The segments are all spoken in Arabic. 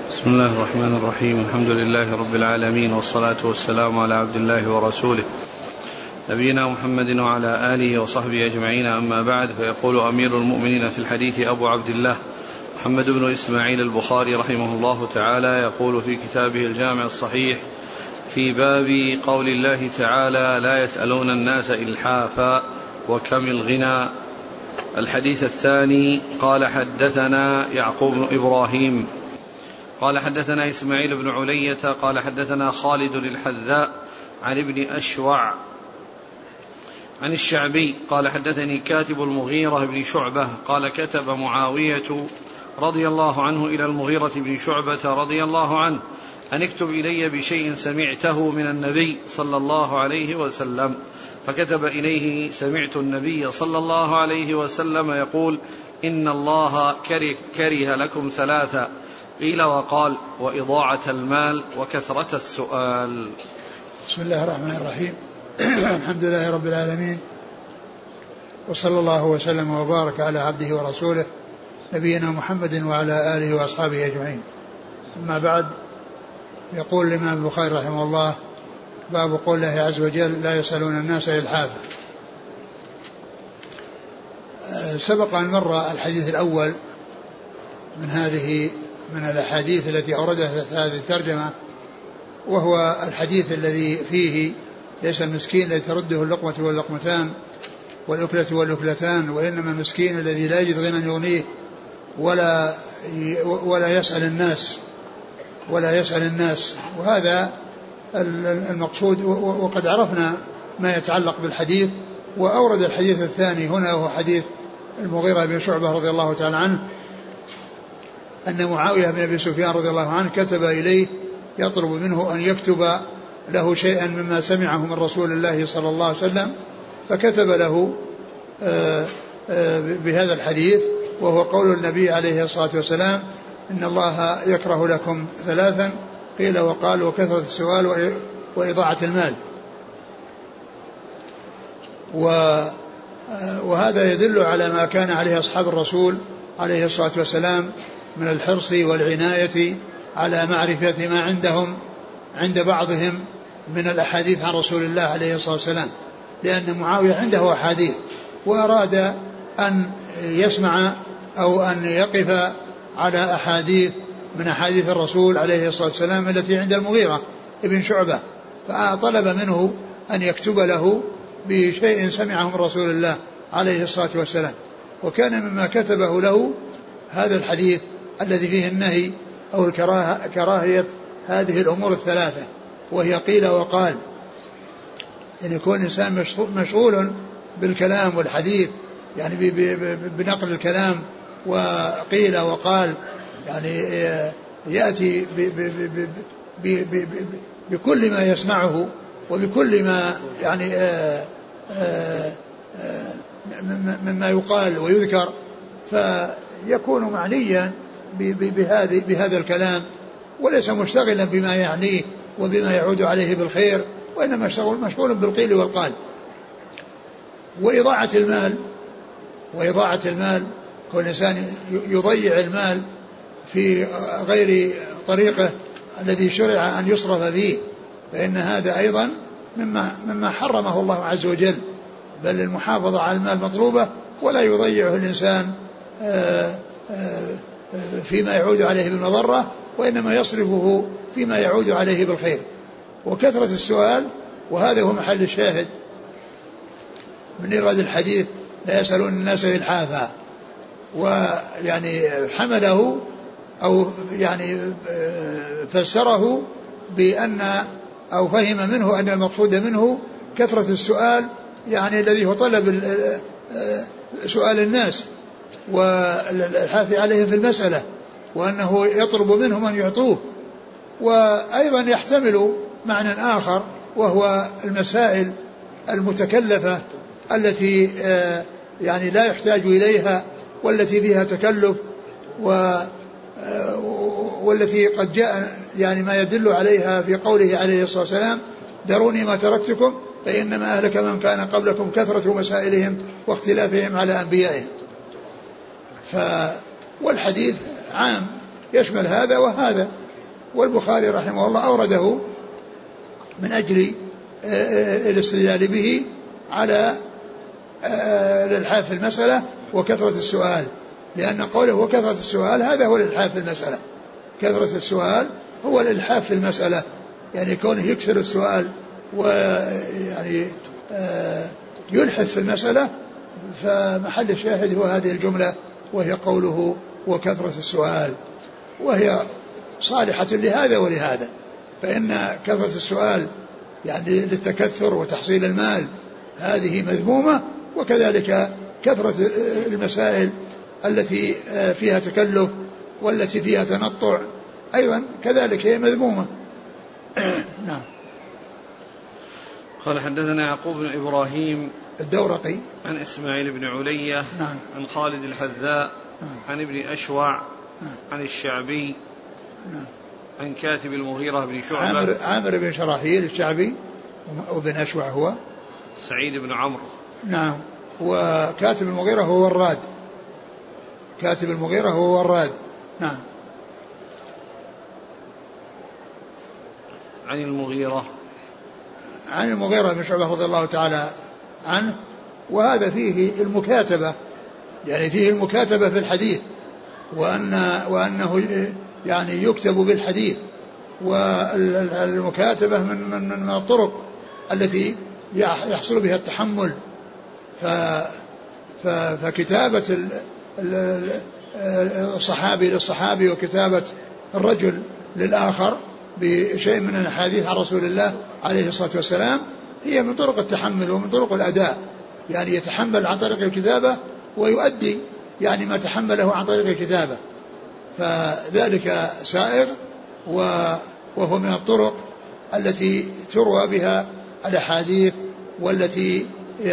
بسم الله الرحمن الرحيم. الحمد لله رب العالمين، والصلاة والسلام على عبد الله ورسوله نبينا محمد وعلى آله وصحبه أجمعين، أما بعد. فيقول أمير المؤمنين في الحديث أبو عبد الله محمد بن إسماعيل البخاري رحمه الله تعالى، يقول في كتابه الجامع الصحيح في باب قول الله تعالى: لا يسألون الناس إلحافا وكم الغنى. الحديث الثاني: قال حدثنا يعقوب بن إبراهيم قال حدثنا إسماعيل بن علية قال حدثنا خالد الحذاء عن ابن أشوع عن الشعبي قال حدثني كاتب المغيرة بن شعبة قال كتب معاوية رضي الله عنه إلى المغيرة بن شعبة رضي الله عنه أن اكتب إلي بشيء سمعته من النبي صلى الله عليه وسلم، فكتب إليه: سمعت النبي صلى الله عليه وسلم يقول: إن الله كره لكم ثلاثة، قيل وقال: وإضاعة المال وكثرة السؤال. بسم الله الرحمن الرحيم. الحمد لله رب العالمين، وصلى الله وسلم وبارك على عبده ورسوله نبينا محمد وعلى آله وأصحابه أجمعين. أما بعد، يقول الإمام البخاري رحمه الله: باب قول الله عز وجل: لا يسألون الناس إلحافا. سبق أن مر الحديث الأول من الأحاديث التي أوردها في هذه الترجمة، وهو الحديث الذي فيه: ليس المسكين الذي ترده اللقمة واللقمتان والأكلة والأكلتان، وإنما المسكين الذي لا يجد غنى يغنيه ولا يسأل الناس. وهذا المقصود. وقد عرفنا ما يتعلق بالحديث. وأورد الحديث الثاني هنا، وهو حديث المغيرة بن شعبة رضي الله تعالى عنه أن معاوية بن أبي سفيان رضي الله عنه كتب إليه يطلب منه أن يكتب له شيئا مما سمعه من رسول الله صلى الله عليه وسلم، فكتب له بهذا الحديث، وهو قول النبي عليه الصلاة والسلام: إن الله يكره لكم ثلاثا، قيل وقال: وكثرة السؤال وإضاعة المال. وهذا يدل على ما كان عليه أصحاب الرسول عليه الصلاة والسلام من الحرص والعناية على معرفة ما عندهم عند بعضهم من الأحاديث عن رسول الله عليه الصلاة والسلام، لأن معاوية عنده أحاديث، وأراد أن يسمع أو أن يقف على أحاديث من أحاديث الرسول عليه الصلاة والسلام التي عند المغيرة ابن شعبة، فطلب منه أن يكتب له بشيء سمعه من رسول الله عليه الصلاة والسلام. وكان مما كتبه له هذا الحديث الذي فيه النهي أو كراهية هذه الأمور الثلاثة، وهي قيل وقال، أن يكون الإنسان مشغول بالكلام والحديث، يعني بنقل الكلام، وقيل وقال، يعني يأتي بكل ما يسمعه وبكل ما يعني مما يقال ويذكر، فيكون معنيا بهذا الكلام، وليس مشتغلا بما يعنيه وبما يعود عليه بالخير، وإنما مشغول بالقيل والقال. وإضاعة المال كل إنسان يضيع المال في غير طريقه الذي شرع أن يصرف فيه، فإن هذا أيضا مما حرمه الله عز وجل، بل المحافظة على المال مطلوبة، ولا يضيعه الإنسان فيما يعود عليه بالمضرة، وإنما يصرفه فيما يعود عليه بالخير. وكثرة السؤال، وهذا هو محل الشاهد من إيراد الحديث: لا يسألون الناس إلحافا. ويعني حمله أو يعني فسره بأن أو فهم منه أن المقصود منه كثرة السؤال، يعني الذي هو طلب سؤال الناس والحاف عليهم في المسألة، وأنه يطلب منهم أن يعطوه. وأيضا يحتمل معنى آخر، وهو المسائل المتكلفة التي يعني لا يحتاج إليها، والتي فيها تكلف، والتي قد جاء يعني ما يدل عليها في قوله عليه الصلاة والسلام: دروني ما تركتكم فإنما أهلك من كان قبلكم كثرة مسائلهم واختلافهم على أنبيائهم. والحديث عام يشمل هذا وهذا. والبخاري رحمه الله أورده من أجل الاستدلال به على الإلحاح في المسألة وكثرة السؤال، لأن قوله وكثرة السؤال هذا هو الإلحاح في المسألة. كثرة السؤال هو الإلحاح في المسألة، يعني كونه يكثر السؤال ويعني يلحف في المسألة. فمحل الشاهد هو هذه الجملة، وهي قوله وكثرة السؤال، وهي صالحة لهذا ولهذا. فإن كثرة السؤال يعني للتكثر وتحصيل المال هذه مذمومة، وكذلك كثرة المسائل التي فيها تكلف والتي فيها تنطع أيضا كذلك هي مذمومة. نعم. قال حدثنا يعقوب بن إبراهيم الدورقي عن إسماعيل بن علية نعم. عن خالد الحذاء نعم. عن ابن أشوع نعم. عن الشعبي نعم. عن كاتب المغيرة بن شعبة عامر بن شراحيل الشعبي، وابن أشوع هو سعيد بن عمرو. نعم. وكاتب المغيرة هو وراد، كاتب المغيرة هو وراد. نعم. عن المغيرة بن شعبة رضي الله تعالى عنه. وهذا فيه المكاتبة، يعني فيه المكاتبة في الحديث، وأنه يعني يكتب بالحديث. والمكاتبة من الطرق التي يحصل بها التحمل. فكتابة الصحابي للصحابي وكتابة الرجل للآخر بشيء من الحديث عن رسول الله عليه الصلاة والسلام هي من طرق التحمل ومن طرق الأداء، يعني يتحمل عن طريق الكتابة ويؤدي يعني ما تحمله عن طريق الكتابة، فذلك سائغ وهو من الطرق التي تروى بها الأحاديث والتي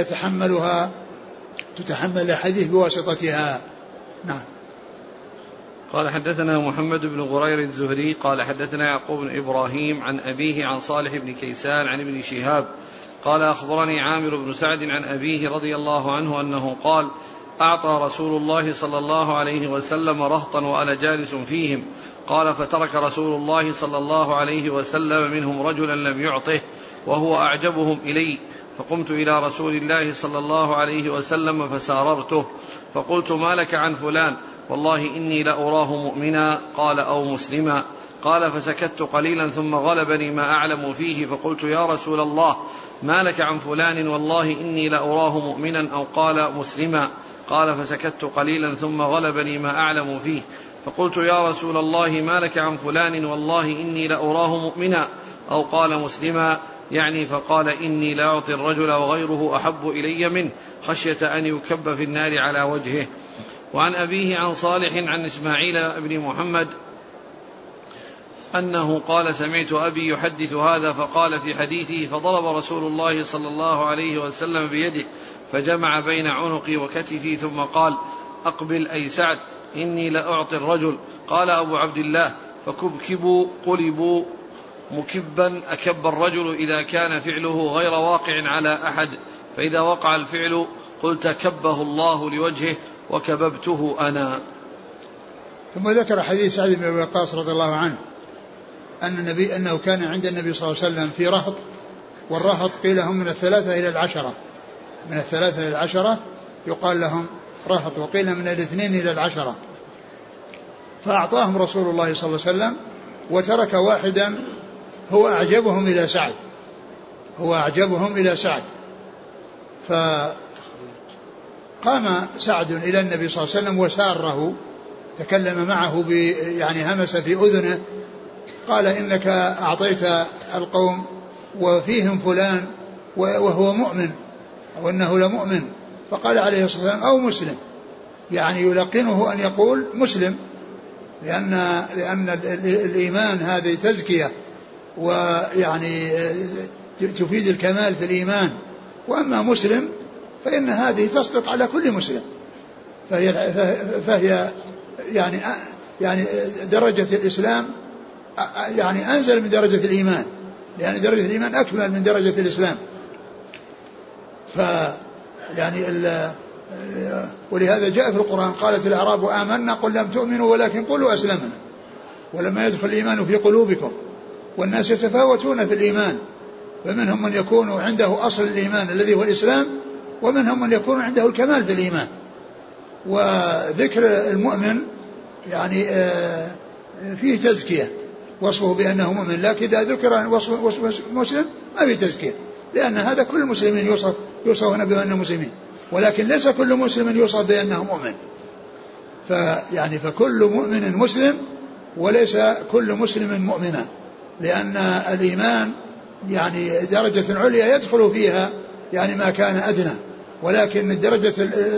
تتحمل الحديث بواسطتها. نعم. قال حدثنا محمد بن غرير الزهري قال حدثنا يعقوب بن إبراهيم عن أبيه عن صالح بن كيسان عن ابن شهاب قال أخبرني عامر بن سعد عن أبيه رضي الله عنه أنه قال أعطى رسول الله صلى الله عليه وسلم رهطا وأنا جالس فيهم، قال فترك رسول الله صلى الله عليه وسلم منهم رجلا لم يعطه وهو أعجبهم إلي، فقمت إلى رسول الله صلى الله عليه وسلم فساررته فقلت ما لك عن فلان؟ والله إني لأراه مؤمنا، قال أو مسلما. قال فسكت قليلا ثم غلبني ما أعلم فيه فقلت يا رسول الله ما لك عن فلان؟ والله إني لأراه مؤمنا، أو قال مسلما. قال فسكت قليلا ثم غلبني ما أعلم فيه فقلت يا رسول الله ما لك عن فلان؟ والله إني لأراه مؤمنا، أو قال مسلما، يعني فقال إني لا أعطي الرجل وغيره أحب إلي منه خشية أن يكب في النار على وجهه. وعن أبيه عن صالح عن إسماعيل بن محمد أنه قال سمعت أبي يحدث هذا فقال في حديثه فضرب رسول الله صلى الله عليه وسلم بيده فجمع بين عنقي وكتفي ثم قال أقبل أي سعد إني لأعطي الرجل. قال أبو عبد الله فكبكبوا قلبوا مكبا أكب الرجل إذا كان فعله غير واقع على أحد، فإذا وقع الفعل قلت كبه الله لوجهه وكببته أنا. ثم ذكر حديث سعد بن أبي وقاص رضي الله عنه أنه كان عند النبي صلى الله عليه وسلم في رهط، والرهط قيل هم من 3 إلى 10، من 3 إلى 10 يقال لهم رهط، وقيل من 2 إلى 10، فأعطاهم رسول الله صلى الله عليه وسلم وترك واحدا هو أعجبهم إلى سعد، فقام سعد إلى النبي صلى الله عليه وسلم وساره، تكلم معه يعني همس في أذنه، قال إنك أعطيت القوم وفيهم فلان وهو مؤمن أو أنه لمؤمن، فقال عليه الصلاة والسلام أو مسلم، يعني يلقنه أن يقول مسلم، لأن الإيمان هذه تزكية ويعني تفيد الكمال في الإيمان، وأما مسلم فإن هذه تصدق على كل مسلم، فهي يعني درجة الإسلام يعني أنزل من درجة الإيمان، لأن درجة الإيمان أكمل من درجة الإسلام. يعني ولهذا جاء في القرآن قالت الأعراب آمنا قل لم تؤمنوا ولكن قولوا أسلمنا، ولما يدخل الإيمان في قلوبكم. والناس يتفاوتون في الإيمان، فمنهم من يكون عنده أصل الإيمان الذي هو الإسلام، ومنهم من يكون عنده الكمال في الإيمان. وذكر المؤمن يعني فيه تزكية، وصفه بأنه مؤمن، لكن إذا ذكر وصف مسلم ما فيه تزكية، لأن هذا كل المسلمين يوصفون بأنهم مسلمين، ولكن ليس كل مسلم يوصف بأنه مؤمن. فكل مؤمن مسلم وليس كل مسلم مؤمنا، لأن الإيمان يعني درجة عليا يدخل فيها يعني ما كان أدنى، ولكن الدرجة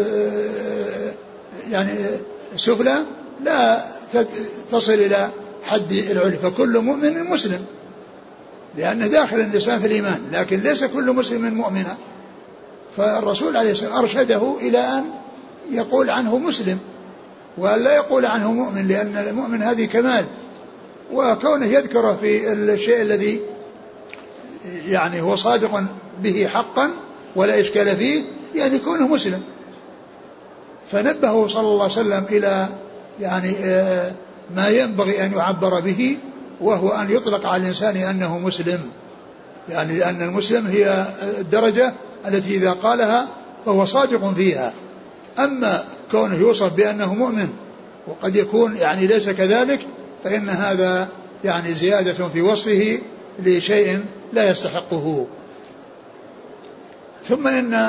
يعني سفلى لا تصل إلى حد العلي. فكل مؤمن مسلم لأنه داخل الإنسان في الإيمان، لكن ليس كل مسلم مؤمنا. فالرسول عليه الصلاة والسلام أرشده إلى أن يقول عنه مسلم ولا يقول عنه مؤمن، لأن المؤمن هذه كمال، وكونه يذكره في الشيء الذي يعني هو صادق به حقا ولا إشكال فيه يعني كونه مسلم. فنبهه صلى الله عليه وسلم إلى يعني ما ينبغي أن يعبر به، وهو أن يطلق على الإنسان أنه مسلم، يعني لأن المسلم هي الدرجة التي إذا قالها فهو صادق فيها. أما كونه يوصف بأنه مؤمن وقد يكون يعني ليس كذلك، فإن هذا يعني زيادة في وصفه لشيء لا يستحقه. ثم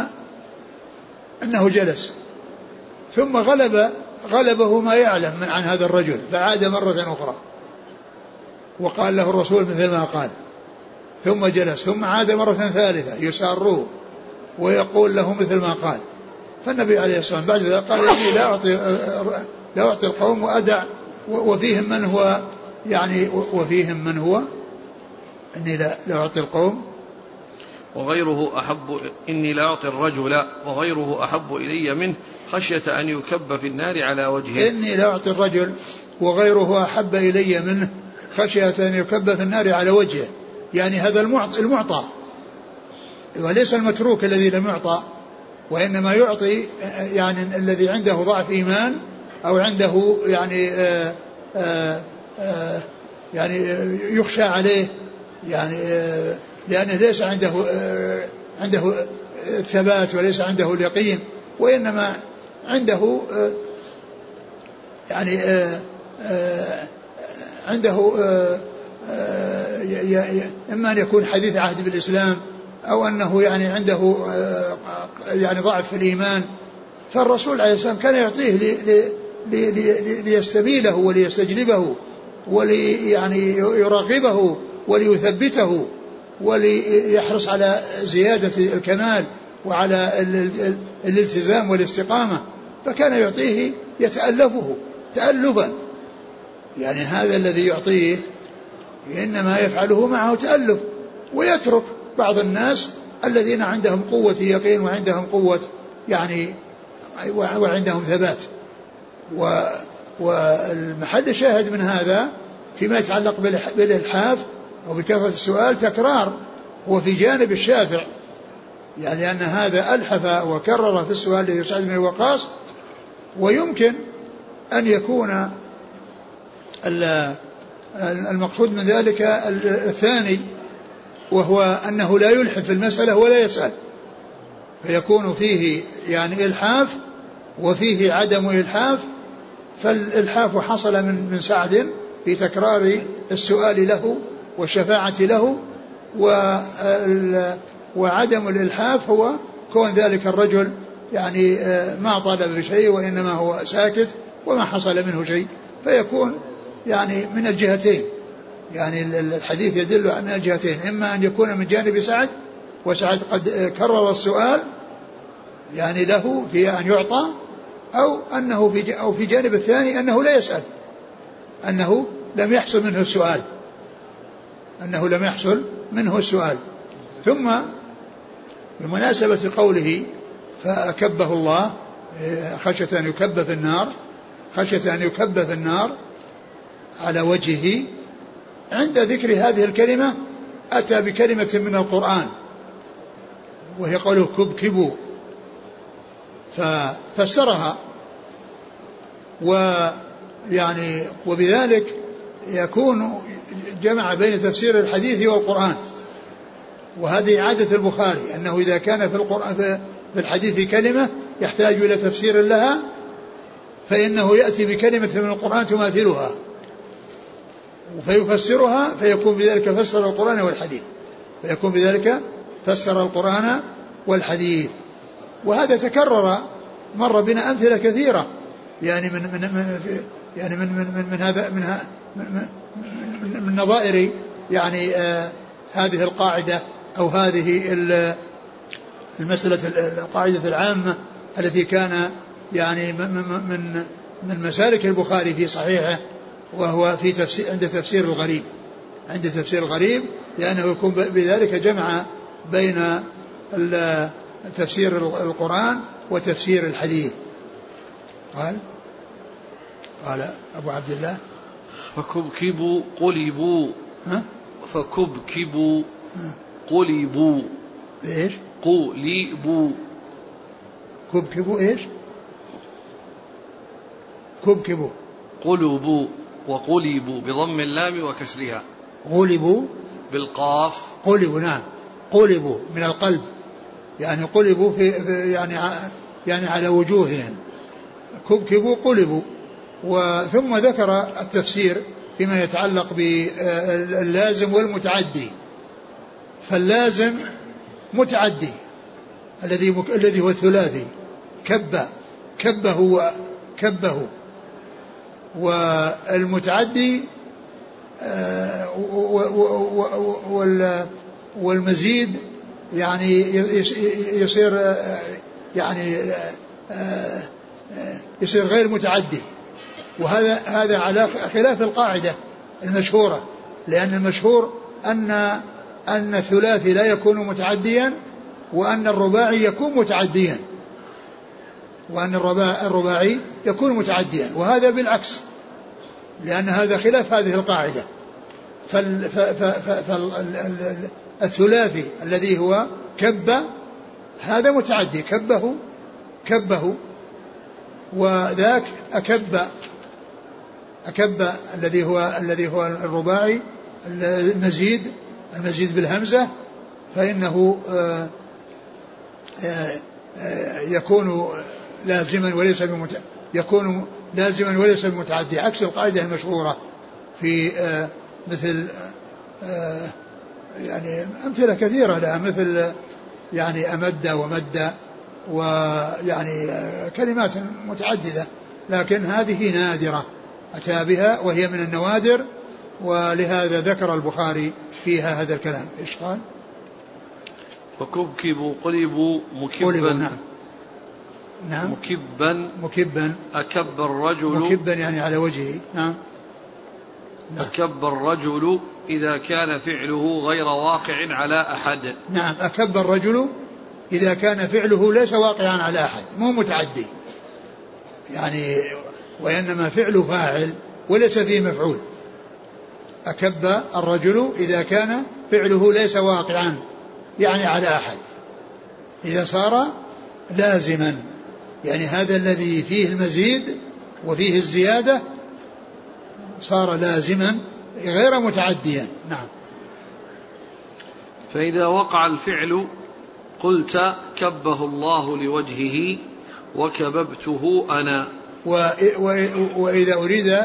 إنه جلس، ثم غلبه ما يعلم عن هذا الرجل، فعاد مرة أخرى وقال له الرسول مثل ما قال، ثم جلس، ثم عاد مرة ثالثة يساره ويقول له مثل ما قال. فالنبي عليه الصلاة والسلام بعد ذلك قال إني لا أعطي القوم وأدع وفيهم من هو يعني وفيهم من هو إني لا أعطي القوم وغيره أحب، إني لا أعطي الرجل وغيره أحب إلي منه خشية أن يكب في النار على وجهه. إني لا أعطي الرجل وغيره أحب إلي منه خشية أن يكب في النار على وجهه، يعني هذا المعطى وليس المتروك الذي لم يعطى، وإنما يعطي يعني الذي عنده ضعف إيمان أو عنده يعني يخشى عليه، يعني لأنه ليس عنده ثبات وليس عنده اليقين، وإنما عنده يعني عنده إما أن يكون حديث عهد بالإسلام أو أنه يعني عنده يعني ضعف في الإيمان. فالرسول عليه السلام كان يعطيه ليستميله وليستجلبه يعني يراقبه وليثبته وليحرص على زيادة الكمال وعلى الالتزام والاستقامة، فكان يعطيه يتألفه تألفا، يعني هذا الذي يعطيه إنما يفعله معه تألف، ويترك بعض الناس الذين عندهم قوة يقين وعندهم قوة يعني وعندهم ثبات. والمحل الشاهد من هذا فيما يتعلق بالإلحاف وبكثرة السؤال تكرار، هو في جانب الشافع، يعني لأن هذا ألحف وكرر في السؤال الذي سعد بن وقاص. ويمكن أن يكون المقصود من ذلك الثاني، وهو أنه لا يلحف في المسألة ولا يسأل، فيكون فيه يعني إلحاف وفيه عدم إلحاف. فالإلحاف حصل من سعد في تكرار السؤال له والشفاعة له، وعدم الإلحاف هو كون ذلك الرجل يعني ما طالب بشيء وإنما هو ساكت وما حصل منه شيء، فيكون يعني من الجهتين، يعني الحديث يدل على الجهتين، إما أن يكون من جانب سعد وسعد قد كرر السؤال يعني له في أن يعطى، أو أنه في جانب الثاني أنه لا يسأل، أنه لم يحصل منه السؤال. ثم بمناسبة قوله فأكبه الله خشية أن يكب في النار على وجهه، عند ذكر هذه الكلمة أتى بكلمة من القرآن وهي قوله كبكبوا، ففسرها وبذلك يكون جمع بين تفسير الحديث والقرآن. وهذه عادة البخاري أنه إذا كان في القرآن في الحديث كلمة يحتاج إلى تفسير لها فإنه يأتي بكلمة من القرآن تماثلها فيفسرها فيكون بذلك فسر القرآن والحديث والحديث. وهذا تكرر مر بنا أمثلة كثيرة يعني من هذا من نظائر يعني هذه القاعدة أو هذه المسألة القاعدة العامة التي كان يعني من مسالك البخاري في صحيحه، وهو في تفسير عند تفسير الغريب لأنه يكون بذلك جمع بين تفسير القرآن وتفسير الحديث. قال أبو عبد الله فكبكبوا قلبوا فكبكبوا قلبوا إيش قلبوا كبكبوا إيش كبكبوا قلبوا وقلبوا بضم اللام وكسرها. غلبوا بالقاف. قلبوا نعم قلبوا من القلب يعني قلبوا في يعني على وجوههم. كبكبوا قلبوا. وثم ذكر التفسير فيما يتعلق باللازم والمتعدي. فاللازم متعدي الذي هو الثلاثي كبه والمتعدي والمزيد يعني يصير غير متعدي. وهذا على خلاف القاعدة المشهورة، لأن المشهور أن الثلاثي لا يكون متعديا وأن الرباعي يكون متعديا وهذا بالعكس، لأن هذا خلاف هذه القاعدة. فالثلاثي الذي هو كب هذا متعدي كبه وذاك أكب الذي هو الرباعي المزيد بالهمزة فإنه يكون لازما وليس بمتعدي عكس القاعدة المشهورة في مثل يعني أمثلة كثيرة لها مثل يعني أمد ومد ويعني كلمات متعددة، لكن هذه نادرة أتى بها وهي من النوادر، ولهذا ذكر البخاري فيها هذا الكلام. إيش قال؟ فكبكبوا قلبوا مكبا. نعم مكبا أكب الرجل مكبا يعني على وجهه. نعم أكب الرجل إذا كان فعله غير واقع على أحد. نعم أكب الرجل إذا كان فعله ليس واقعا على أحد مو متعدي يعني وإنما فعله فاعل وليس فيه مفعول. أكب الرجل إذا كان فعله ليس واقعا يعني على أحد، إذا صار لازما يعني هذا الذي فيه المزيد وفيه الزيادة صار لازما غير متعديا. نعم. فإذا وقع الفعل قلت كبه الله لوجهه وكببته أنا. وإذا أريد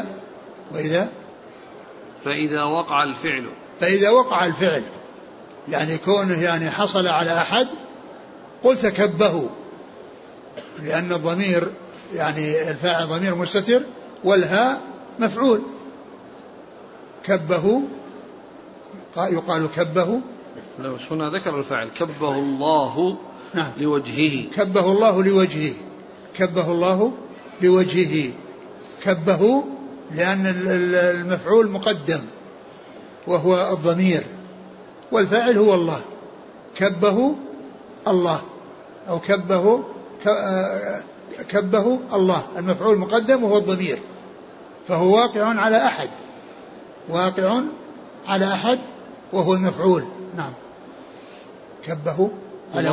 فإذا وقع الفعل يعني كونه يعني حصل على أحد قلت كبه، لأن الضمير يعني الفاعل ضمير مستتر والهاء مفعول. كبه يقال كبه. لو هنا ذكر الفاعل كبه الله. نعم. لوجهه. كبه الله لوجهه كبه لأن المفعول مقدم وهو الضمير والفاعل هو الله. كبه الله أو كبه الله المفعول مقدم وهو الضمير فهو واقع على أحد وهو المفعول. نعم. كبه على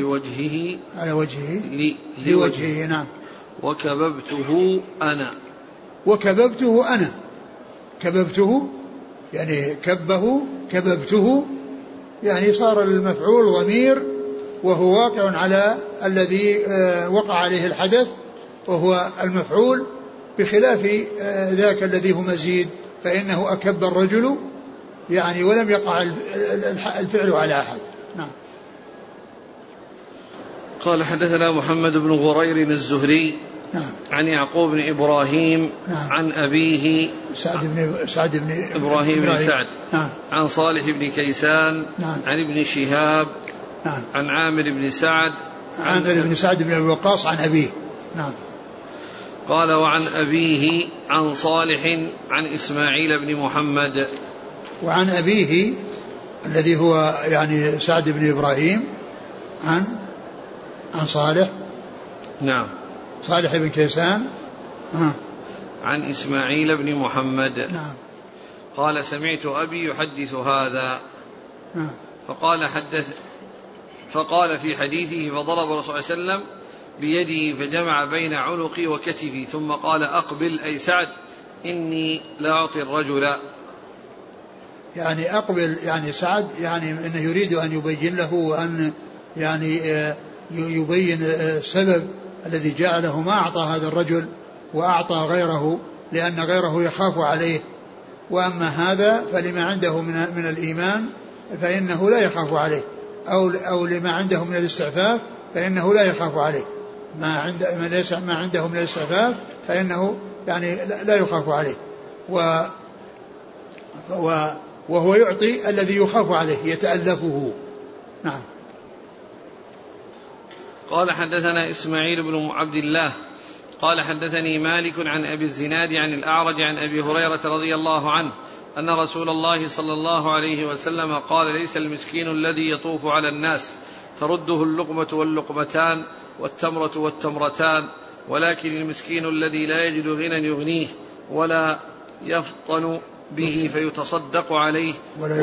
وجهه لوجهه. نعم. وكببته أنا. كببته يعني كببته يعني صار المفعول ضمير وهو واقع على الذي وقع عليه الحدث وهو المفعول، بخلاف ذاك الذي هو مزيد فإنه أكب الرجل يعني ولم يقع الفعل على أحد. نعم. قال حدثنا محمد بن غرير الزهري نعم. عن يعقوب بن إبراهيم نعم. عن أبيه سعد بن إبراهيم بن سعد نعم. عن صالح بن كيسان نعم. عن ابن شهاب نعم. عن عامر بن سعد بن سعد بن الوقاص عن أبيه. نعم. قال وعن أبيه عن صالح عن إسماعيل بن محمد. وعن أبيه الذي هو يعني سعد بن إبراهيم عن صالح. نعم. صالح بن كيسان عن إسماعيل بن محمد. نعم. قال سمعت أبي يحدث هذا. نعم. فقال في حديثه فضرب الرسول صلى الله عليه وسلم بيده فجمع بين عنقي وكتفي ثم قال أقبل أي سعد إني لا أعطي الرجل. يعني أقبل يعني سعد يعني أنه يريد أن يبين له وأن يعني يبين السبب الذي جعله ما أعطى هذا الرجل وأعطى غيره لأن غيره يخاف عليه، وأما هذا فلما عنده من الإيمان فإنه لا يخاف عليه، أو لما عنده من الاستعفاف فإنه لا يخاف عليه، ما عنده من الاستعفاف فإنه يعني لا يخاف عليه، وهو يعطي الذي يخاف عليه يتألفه. نعم. قال حدثنا إسماعيل بن عبد الله قال حدثني مالك عن أبي الزناد عن الأعرج عن أبي هريرة رضي الله عنه أن رسول الله صلى الله عليه وسلم قال ليس المسكين الذي يطوف على الناس ترده اللقمة واللقمتان والتمرة والتمرتان، ولكن المسكين الذي لا يجد غنى يغنيه ولا يفطن به فيتصدق عليه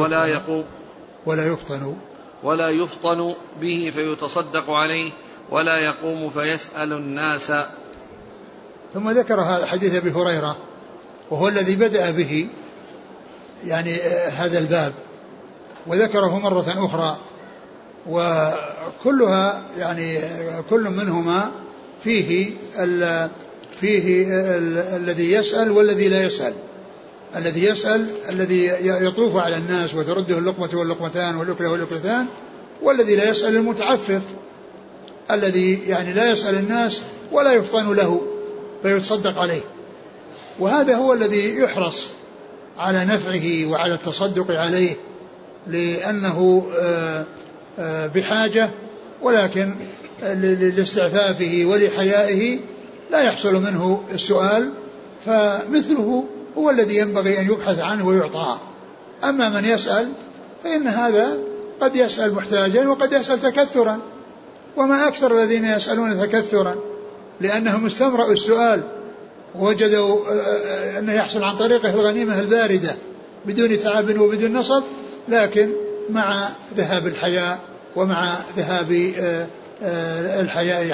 ولا يفطن به فيتصدق عليه ولا يقوم فيسأل الناس. ثم ذكر هذا حديث أبي هريرة وهو الذي بدأ به يعني هذا الباب، وذكره مرة أخرى، وكلها يعني كل منهما فيه الذي يسأل والذي لا يسأل. الذي يسأل الذي يطوف على الناس وترده اللقمة واللقمتان والأكلة والأكلتان، والذي لا يسأل المتعفف الذي يعني لا يسأل الناس ولا يفطن له فيتصدق عليه، وهذا هو الذي يحرص على نفعه وعلى التصدق عليه لأنه بحاجة، ولكن لاستعفافه ولحيائه لا يحصل منه السؤال، فمثله هو الذي ينبغي أن يبحث عنه ويعطى. أما من يسأل فإن هذا قد يسأل محتاجا وقد يسأل تكثرا، وما أكثر الذين يسألون تكثرا لأنهم استمرأوا السؤال ووجدوا أنه يحصل عن طريقه الغنيمة الباردة بدون تعب وبدون نصب، لكن مع ذهاب الحياء ومع ذهاب الحياء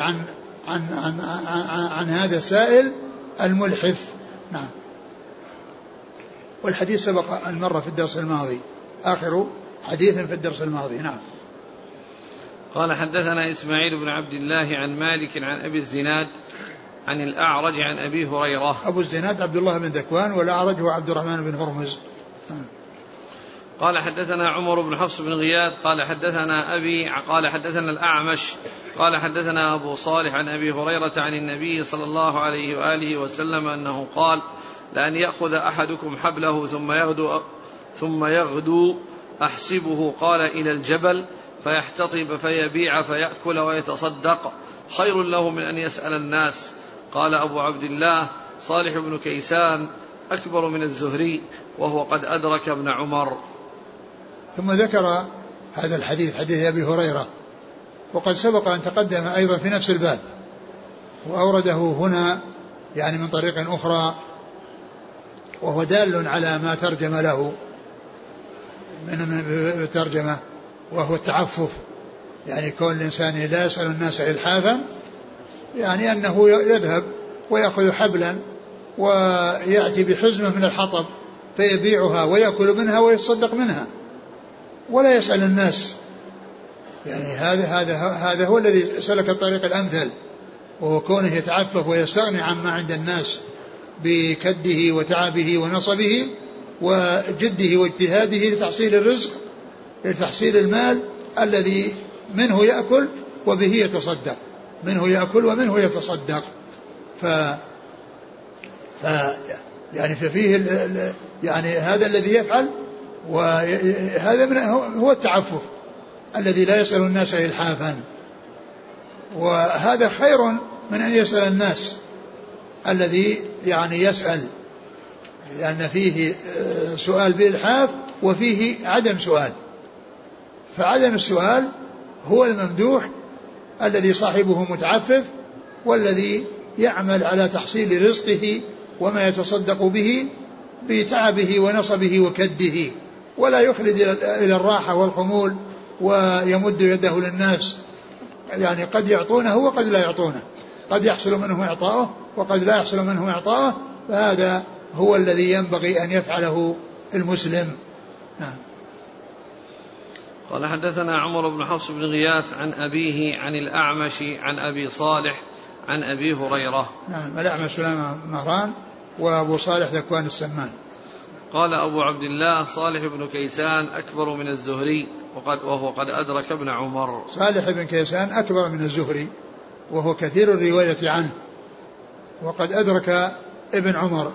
عن هذا السائل الملحف. نعم. والحديث سبق المرة في الدرس الماضي، آخر حديث في الدرس الماضي. نعم. قال حدثنا إسماعيل بن عبد الله عن مالك عن أبي الزناد عن الأعرج عن أبي هريرة. أبو الزناد عبد الله بن ذكوان، والأعرج هو عبد الرحمن بن هرمز. قال حدثنا عمر بن حفص بن غياث قال حدثنا أبي قال حدثنا الأعمش قال حدثنا أبو صالح عن أبي هريرة عن النبي صلى الله عليه وآله وسلم أنه قال لأن يأخذ أحدكم حبله ثم يغدو أحسبه قال إلى الجبل فيحتطب فيبيع فيأكل ويتصدق خير له من أن يسأل الناس. قال أبو عبد الله صالح بن كيسان أكبر من الزهري وهو قد أدرك ابن عمر. ثم ذكر هذا الحديث حديث أبي هريرة، وقد سبق أن تقدم أيضا في نفس الباب، وأورده هنا يعني من طريق أخرى، وهو دال على ما ترجم له من الترجمة، وهو التعفف، يعني كون الإنسان لا يسأل الناس إلحافا، يعني أنه يذهب ويأخذ حبلا ويأتي بحزمة من الحطب فيبيعها ويأكل منها ويتصدق منها ولا يسأل الناس. يعني هذا هو الذي سلك الطريق الأمثل، وهو كونه يتعفف ويستغني عما عند الناس بكده وتعبه ونصبه وجده واجتهاده لتحصيل الرزق، لتحصيل المال الذي منه يأكل وبه يتصدق، منه يأكل ومنه يتصدق. يعني ففيه يعني هذا الذي يفعل، وهذا هو التعفف الذي لا يسأل الناس إلحافا، وهذا خير من أن يسأل الناس الذي يعني يسأل، لأن فيه سؤال بإلحاف وفيه عدم سؤال. فعدم السؤال هو الممدوح الذي صاحبه متعفف، والذي يعمل على تحصيل رزقه وما يتصدق به بتعبه ونصبه وكده، ولا يخلد إلى الراحة والخمول ويمد يده للناس. يعني قد يعطونه وقد لا يعطونه، قد يحصل منه إعطاؤه وقد لا يحصل منه إعطاؤه، فهذا هو الذي ينبغي أن يفعله المسلم. نعم. قال حدثنا عمر بن حفص بن غياث عن أبيه عن الأعمش عن أبي صالح عن أبي هريرة. نعم. الأعمش سليمان مهران وأبو صالح ذكوان السمان. قال أبو عبد الله صالح بن كيسان أكبر من الزهري وهو قد أدرك ابن عمر. صالح بن كيسان أكبر من الزهري وهو كثير الرواية عنه، وقد أدرك ابن عمر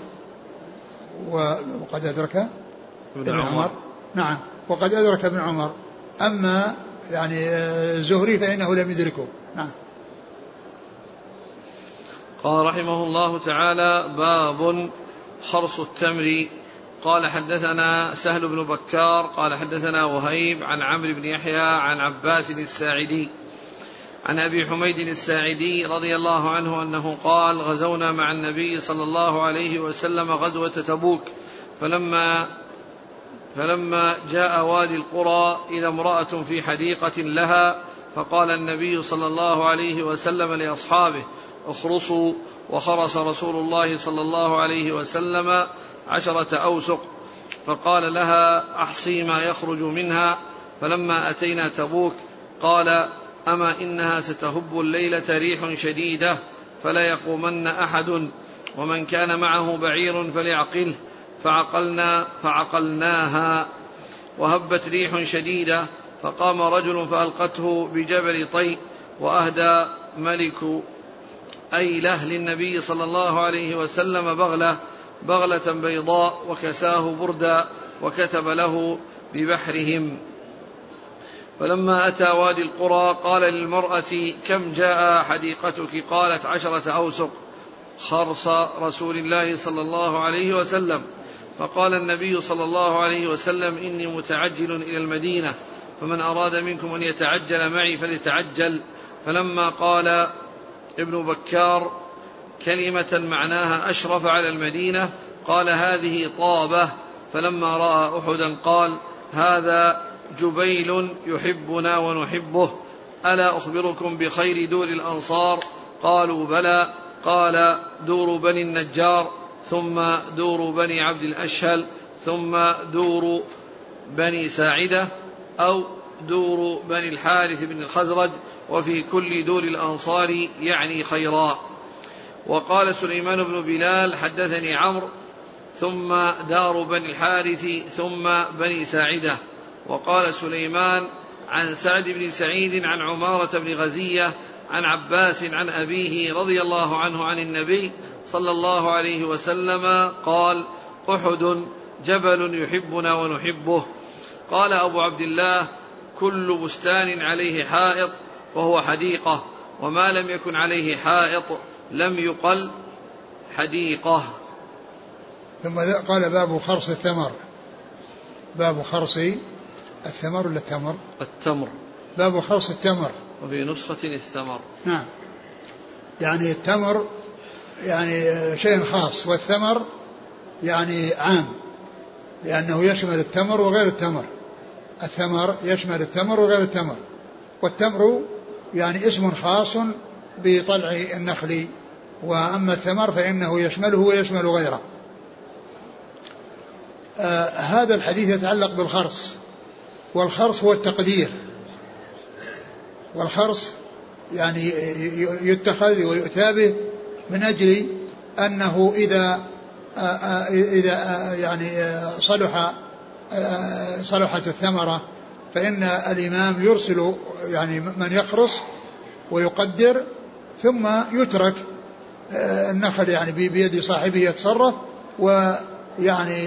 وقد أدرك ابن عمر. نعم. وقد أدرك ابن عمر. أما يعني الزهري فإنه لم يدركه. نعم. قال رحمه الله تعالى: باب خرص التمر. قال حدثنا سهل بن بكار قال حدثنا وهيب عن عمرو بن يحيى عن عباس الساعدي عن أبي حميد الساعدي رضي الله عنه أنه قال: غزونا مع النبي صلى الله عليه وسلم غزوة تبوك، فلما جاء وادي القرى إذا امرأة في حديقة لها، فقال النبي صلى الله عليه وسلم لأصحابه: اخرصوا. وخرس رسول الله صلى الله عليه وسلم 10 أوسق، فقال لها: أحصي ما يخرج منها. فلما أتينا تبوك قال: أما إنها ستهب الليلة ريح شديدة فلا يقومن أحد، ومن كان معه بعير فليعقله. فعقلناها وهبت ريح شديدة، فقام رجل فألقته بجبل طي، وأهدى ملك أيله للنبي صلى الله عليه وسلم بغلة بيضاء، وكساه بردا، وكتب له ببحرهم. فلما أتى وادي القرى قال للمرأة: كم جاء حديقتك؟ قالت: 10 أوسق خرص رسول الله صلى الله عليه وسلم. فقال النبي صلى الله عليه وسلم: إني متعجل إلى المدينة، فمن أراد منكم أن يتعجل معي فليتعجل. فلما قال ابن بكار كلمة معناها أشرف على المدينة قال: هذه طابة. فلما رأى أحدا قال: هذا جبيل يحبنا ونحبه، ألا أخبركم بخير دور الأنصار؟ قالوا: بلى. قال: دور بني النجار، ثم دور بني عبد الأشهل، ثم دور بني ساعدة، أو دور بني الحارث بن الخزرج، وفي كل دور الأنصار يعني خيرا. وقال سليمان بن بلال: حدثني عمرو، ثم دار بني الحارث، ثم بني ساعدة. وقال سليمان عن سعد بن سعيد عن عمارة بن غزية عن عباس عن أبيه رضي الله عنه عن النبي صلى الله عليه وسلم قال: أحد جبل يحبنا ونحبه. قال أبو عبد الله: كل بستان عليه حائط فهو حديقة، وما لم يكن عليه حائط لم يقل حديقة. ثم قال: باب خرص الثمر. باب خرص الثمر ولا التمر؟ التمر. باب خرص التمر، وفي نسخة الثمر. نعم. يعني التمر يعني شيء خاص، والثمر يعني عام، لأنه يشمل التمر وغير التمر. الثمر يشمل التمر وغير التمر، والتمر يعني اسم خاص بطلع النخل، وأما الثمر فإنه يشمله ويشمل غيره. هذا الحديث يتعلق بالخرص، والخرص هو التقدير، والخرص يعني يتخذ ويؤتى به من أجل أنه إذا يعني صلحت الثمرة فإن الإمام يرسل يعني من يخرص ويقدر، ثم يترك النخل يعني بيد صاحبه يتصرف، ويعني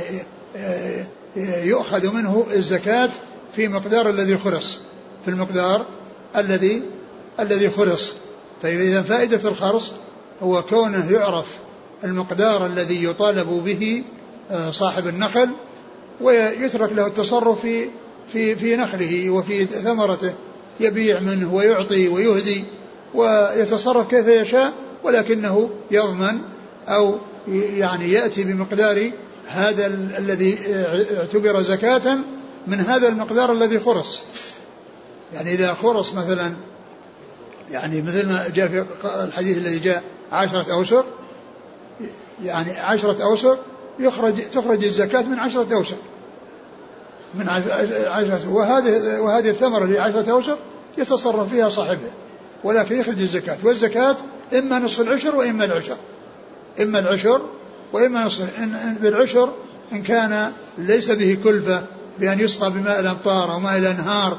يؤخذ منه الزكاة في مقدار الذي خرص، في المقدار الذي خرص. فإذا فائدة الخرص هو كونه يعرف المقدار الذي يطالب به صاحب النخل، ويترك له التصرف في نخله وفي ثمرته، يبيع منه ويعطي ويهدي ويتصرف كيف يشاء، ولكنه يضمن أو يعني يأتي بمقدار هذا الذي اعتبر زكاة من هذا المقدار الذي خرص. يعني إذا خرص مثلا، يعني مثل ما جاء في الحديث الذي جاء 10 أوسق، يعني 10 أوسق تخرج الزكاة من 10 أوسق، من 10، وهذه الثمرة اللي 10 أوسق يتصرف فيها صاحبه، ولكن يخرج الزكاة. والزكاة إما نصف العشر وإما العشر، إما العشر وإما نصف. بالعشر إن كان ليس به كلفة بأن يسقى بماء الأمطار أو ماء الأنهار،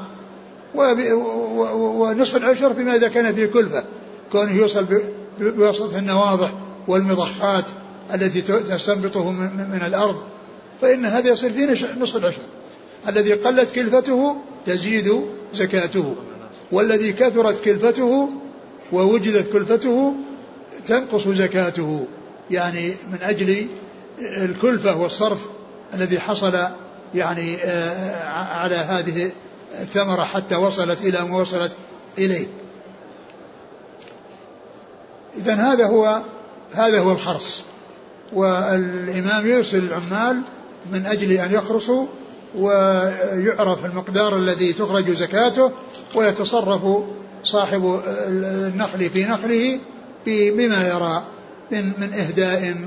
ونصف العشر فيما إذا كان فيه كلفة، كونه يوصل بواسطة النواضح والمضخات التي تستنبطه من الأرض، فإن هذا يصير فيه نصف العشر. الذي قلت كلفته تزيد زكاته، والذي كثرت كلفته ووجدت كلفته تنقص زكاته، يعني من أجل الكلفة والصرف الذي حصل يعني على هذه الثمرة حتى وصلت إلى ما وصلت إليه. إذن هذا هو الخرص. والإمام يرسل العمال من أجل أن يخرصوا، ويعرف المقدار الذي تخرج زكاته، ويتصرف صاحب النخل في نخله بما يرى من إهداء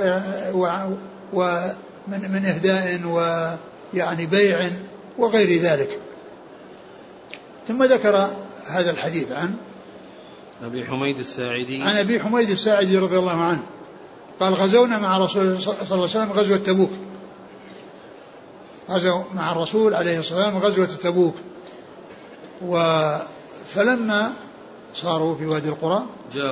ومن إهداء ويعني بيع وغير ذلك. ثم ذكر هذا الحديث عن أبي حميد الساعدي، عن أبي حميد الساعدي رضي الله عنه قال: غزونا مع رسول الله صلى الله عليه وسلم غزوة تبوك. غزوا مع الرسول عليه الصلاة والسلام غزوة تبوك، فلما صاروا في وادي القرى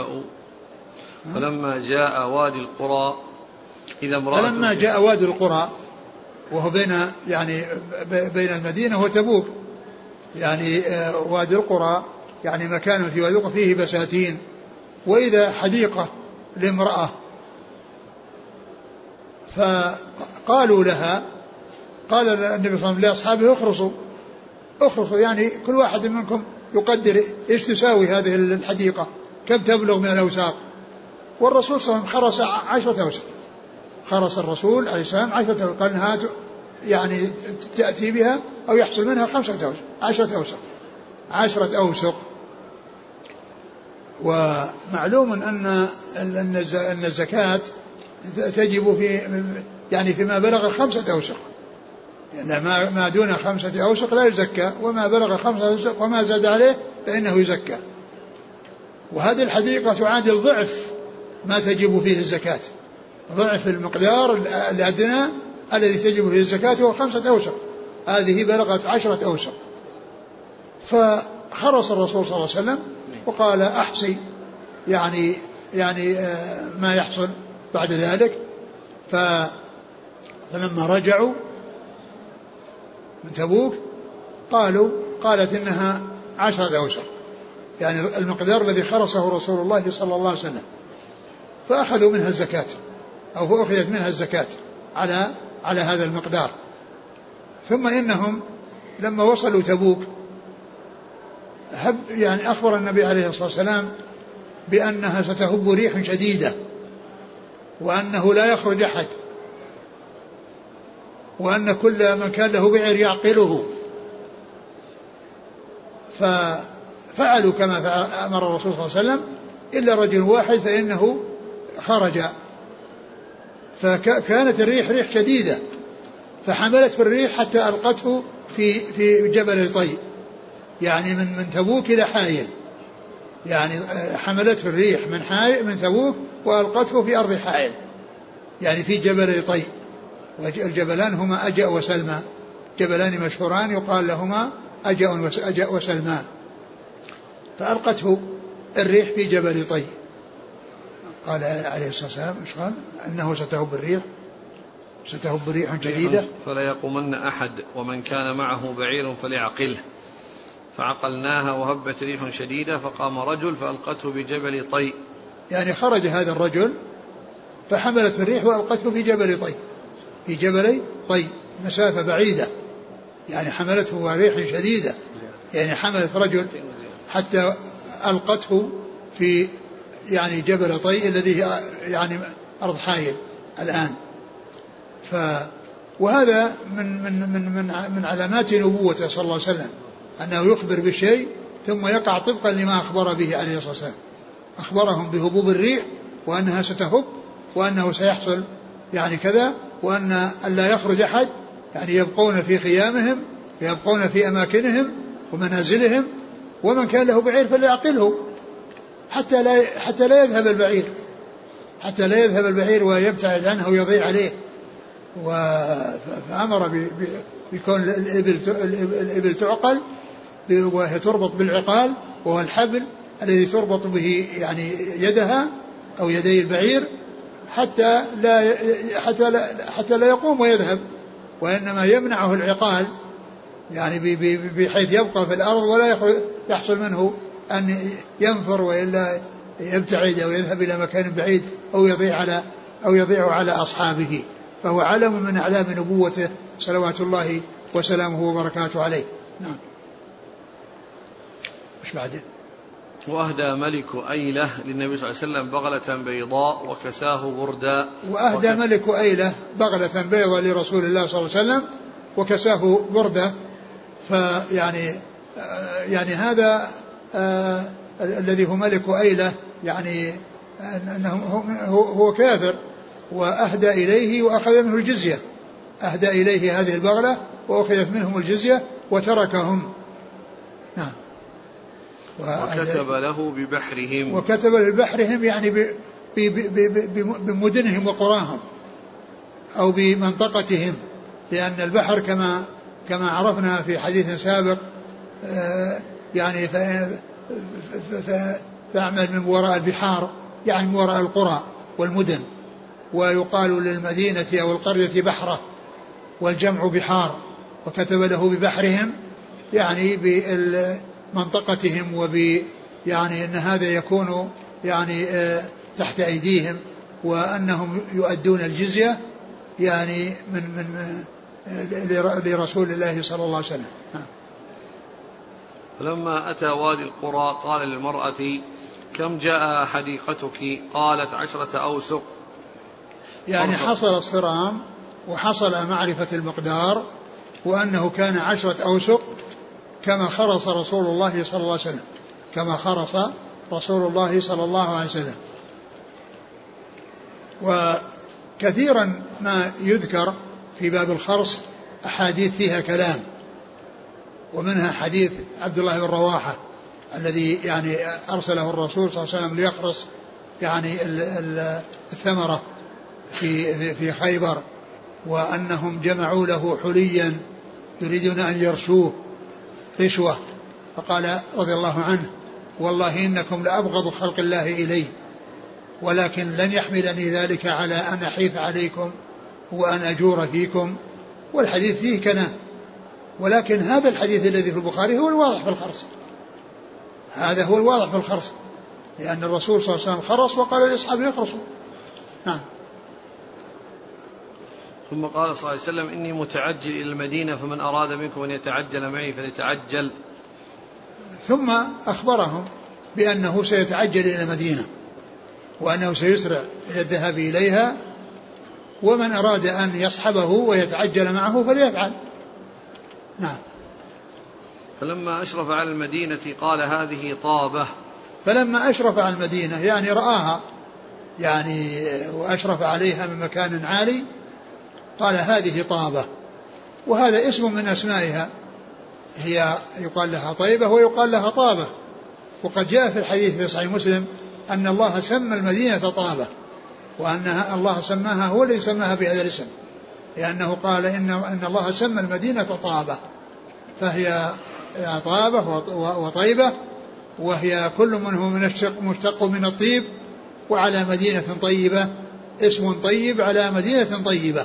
فلما جاء وادي القرى إذا فلما جاء وادي القرى، وهو بين المدينة وتبوك، يعني وادي القرى يعني مكان في وادي القرى فيه بساتين، وإذا حديقة لامرأة، فقالوا لها، قال النبي صلى الله عليه وسلم لأصحابه: اخرصوا، يعني كل واحد منكم يقدر ايش تساوي هذه الحديقة، كم تبلغ من الأوساق. والرسول صلى الله عليه وسلم خرص 10 أوسق، خرص الرسول عليه السلام 10 أوسق، قال انها يعني تأتي بها أو يحصل منها 5 أوسق، 10 أوسق. ومعلوم أن الزكاة تجب فيما بلغ 5 أوسق، يعني ما دون 5 أوسق لا يزكى، وما بلغ 5 أوسق وما زاد عليه فإنه يزكى. وهذه الحديقة تعادل ضعف ما تجب فيه الزكاة، ضعف المقدار الأدنى الذي تجب فيه الزكاة هو 5 أوسق، هذه بلغت 10 أوسق. فخرص الرسول صلى الله عليه وسلم وقال: أحصي يعني ما يحصل بعد ذلك. فلما رجعوا من تبوك قالت إنها 10 أوسق، يعني المقدار الذي خرصه رسول الله صلى الله عليه وسلم، فأخذوا منها الزكاة، أو فأخذت منها الزكاة على هذا المقدار. ثم إنهم لما وصلوا تبوك يعني أخبر النبي عليه الصلاة والسلام بأنها ستهب ريح شديدة، وأنه لا يخرج أحد، وأن كل من كان له بعير يعقله. ففعلوا كما أمر الرسول صلى الله عليه وسلم، إلا رجل واحد فإنه خرج، فكانت الريح ريح شديدة، فحملت في الريح حتى ألقته في جبل طي، يعني من تبوك إلى حائل، يعني حملت في الريح من تبوك وألقته في أرض حائل، يعني في جبل طي. والجبلان هما أجأ وسلمى، جبلان مشهوران يقال لهما أجأ وسلمى. فألقته الريح في جبل طي. قال عليه الصلاة والسلام إيش قال؟ أنه ستهب ريح شديدة فلا يقومن أحد ومن كان معه بعير فليعقله، فعقلناها وهبت ريح شديدة فقام رجل فألقته بجبل طي. يعني خرج هذا الرجل فحملت الريح وألقته في جبل طي مسافة بعيدة، يعني حملته ريح شديدة، يعني حملت رجل حتى ألقته في يعني جبل طي الذي يعني أرض حائل الآن. وهذا من علامات نبوته صلى الله عليه وسلم، أنه يخبر بالشيء ثم يقع طبقا لما أخبر به عليه الصلاة والسلام. أخبرهم بهبوب الريح وأنها ستهب وأنه سيحصل يعني كذا، وأن لا يخرج أحد، يعني يبقون في خيامهم، يبقون في أماكنهم ومنازلهم، ومن كان له بعير فليعقله حتى لا يذهب البعير ويبتعد عنه ويضيع عليه. فأمر بكون الإبل تعقل وهي تربط بالعقال، وهو الحبل الذي تربط به يعني يدها أو يدي البعير حتى لا يقوم ويذهب، وإنما يمنعه العقال، يعني بحيث يبقى في الأرض ولا يحصل منه أن ينفر وإلا يبتعد أو يذهب إلى مكان بعيد أو يضيع على أصحابه. فهو علم من أعلام نبوته صلوات الله وسلامه وبركاته عليه. نعم. مش بعدين. وأهدى ملك أيلة للنبي صلى الله عليه وسلم بغلة بيضاء وكساه بردا. وأهدى ملك أيلة بغلة بيضاء لرسول الله صلى الله عليه وسلم وكساه بردة. فيعني يعني هذا الذي هو ملك أيلة، يعني أنه هو كافر، وأهدى إليه وأخذ منه الجزية، أهدى إليه هذه البغلة وأخذت منهم الجزية وتركهم. نعم. وكتب له ببحرهم يعني بمدنهم وقراهم أو بمنطقتهم، لأن البحر كما عرفنا في حديث سابق يعني فأعمل من وراء البحار، يعني من وراء القرى والمدن، ويقال للمدينة أو القرية بحرة والجمع بحار. وكتب له ببحرهم يعني بمنطقتهم يعني أن هذا يكون يعني تحت أيديهم، وأنهم يؤدون الجزية يعني من لرسول الله صلى الله عليه وسلم. فلما أتى وادي القرى قال للمرأة كم جاء حديقتك؟ قالت 10 أوسق. يعني حصل الصرام وحصل معرفة المقدار، وأنه كان 10 أوسق كما خرص رسول الله صلى الله عليه وسلم. وكثيرا ما يذكر في باب الخرص أحاديث فيها كلام، ومنها حديث عبد الله بن رواحة الذي يعني أرسله الرسول صلى الله عليه وسلم ليخرص يعني الثمرة في خيبر، وأنهم جمعوا له حليا يريدون أن يرشوه رشوة، فقال رضي الله عنه والله إنكم لأبغض خلق الله إلي، ولكن لن يحملني ذلك على أن أحيف عليكم وأن أجور فيكم. والحديث فيه كلام، ولكن هذا الحديث الذي في البخاري هو الواضح في الخرص، هذا هو الواضح في الخرص، لأن الرسول صلى الله عليه وسلم خرص وقال لأصحابه يخرصوا. نعم. ثم قال صلى الله عليه وسلم إني متعجل إلى المدينة فمن أراد منكم أن يتعجل معي فليتعجل. ثم أخبرهم بأنه سيتعجل إلى المدينة وأنه سيسرع إلى الذهاب إليها، ومن أراد أن يصحبه ويتعجل معه فليفعل. نعم. فلما أشرف على المدينة قال هذه طابة. فلما أشرف على المدينة يعني رآها يعني وأشرف عليها من مكان عالي، قال هذه طابة، وهذا اسم من أسمائها، هي يقال لها طيبة ويقال لها طابة. وقد جاء في الحديث في صحيح مسلم أن الله سمى المدينة طابة، وأنها الله سماها، هو الذي سماها بهذا الاسم، لأنه قال إن الله سمى المدينة طابة، فهي طابة وطيبة، وهي كل منه مشتق من الطيب، وعلى مدينة طيبة اسم طيب على مدينة طيبة.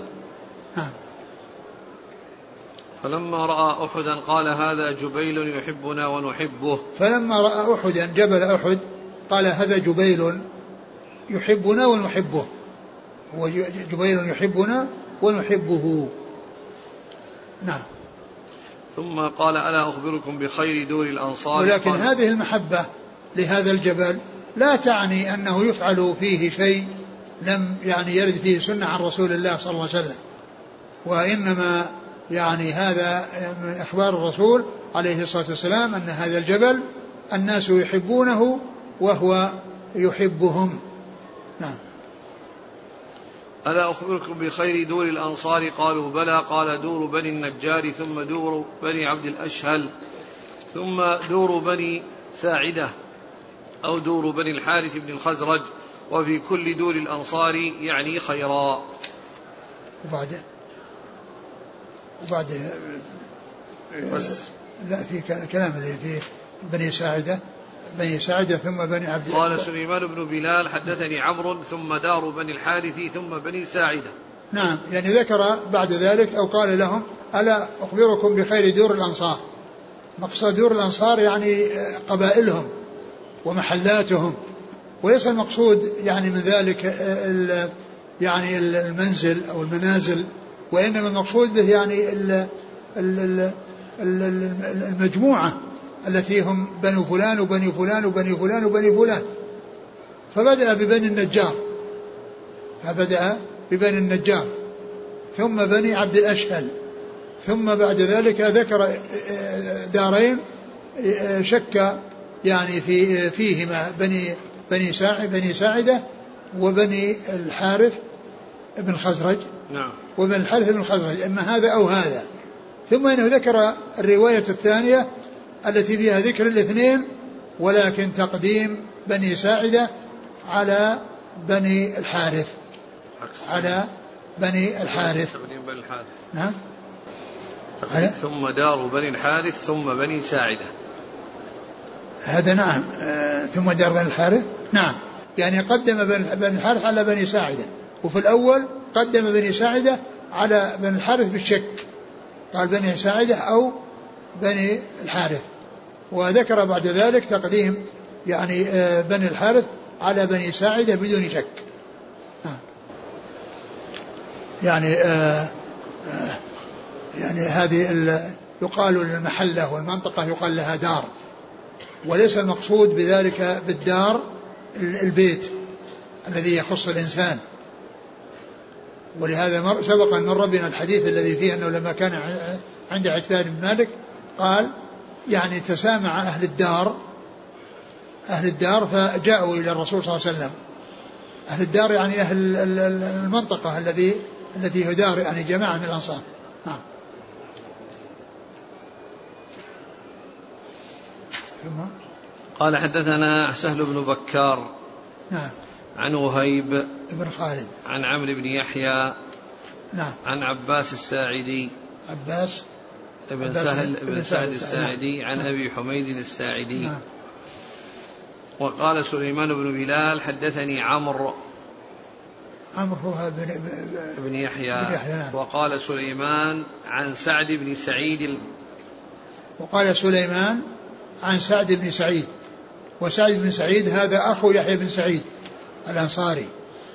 فلما رأى أحدا قال هذا جبيل يحبنا ونحبه. فلما رأى أحدا جبل أحد قال هذا جبيل يحبنا ونحبه، هو جبيل يحبنا ونحبه. نعم. ثم قال ألا أخبركم بخير دور الأنصار. ولكن هذه المحبة لهذا الجبل لا تعني أنه يفعل فيه شيء لم يعني يرد فيه سنة عن رسول الله صلى الله عليه وسلم، وإنما يعني هذا من أخبار الرسول عليه الصلاة والسلام أن هذا الجبل الناس يحبونه وهو يحبهم. نعم. ألا أخبركم بخير دور الأنصار قالوا بلى قال دور بني النجار ثم دور بني عبد الأشهل ثم دور بني ساعدة أو دور بني الحارث بن الخزرج وفي كل دور الأنصار يعني خيرا. وبعد بس لا في كلام اللي في بني ساعدة ثم بني عبد. قال سليمان بن بلال حدثني عمرو ثم دار بني الحارث ثم بني ساعدة. نعم، يعني ذكر بعد ذلك أو قال لهم ألا أخبركم بخير دور الأنصار. مقصد دور الأنصار يعني قبائلهم ومحلاتهم، وليس المقصود يعني من ذلك يعني المنزل أو المنازل، وإنما المقصود به يعني المجموعة التي هم بنو فلان وبني فلان وبني فلان وبني فلان. فبدأ ببني النجار ثم بني عبد الأشهل، ثم بعد ذلك ذكر دارين شك يعني فيهما بني ساعدة وبني الحارث بن الخزرج. نعم. وبن الحارث بن الخزرج، إما هذا أو هذا. ثم إنه ذكر الرواية الثانية التي فيها ذكر الاثنين، ولكن تقديم بني ساعدة على بني الحارث، على بني الحارث. تقديم بني الحارث. نعم. ثم دار بني الحارث ثم بني ساعدة. هذا نعم. ثم دار بني الحارث. نعم، يعني قدم بني الحارث على بني ساعدة، وفي الأول قدم بني ساعدة على بني الحارث بالشك، قال بني ساعدة أو بني الحارث، وذكر بعد ذلك تقديم يعني بني الحارث على بني ساعدة بدون شك. يعني يعني هذه يقال المحلة والمنطقة يقال لها دار، وليس المقصود بذلك بالدار البيت الذي يخص الإنسان. ولهذا سبق أن مر بنا الحديث الذي فيه أنه لما كان عند عتبان بن مالك قال يعني تسامع أهل الدار فجاءوا إلى الرسول صلى الله عليه وسلم. أهل الدار يعني أهل المنطقة التي يدار يعني جماعة من الأنصار. نعم. قال حدثنا سهل بن بكار. نعم. عن وهيب بن خالد عن عمرو بن يحيى. نعم. عن عباس الساعدي. عباس بن سهل بن سعد الساعدي. عن أبي حميد الساعدي. نعم. وقال سليمان بن بلال حدثني عمرو هو بن يحيى. نعم. وقال سليمان عن سعد بن سعيد. وقال سليمان عن سعد بن سعيد، وسعد بن سعيد هذا أخو يحيى بن سعيد الأنصاري،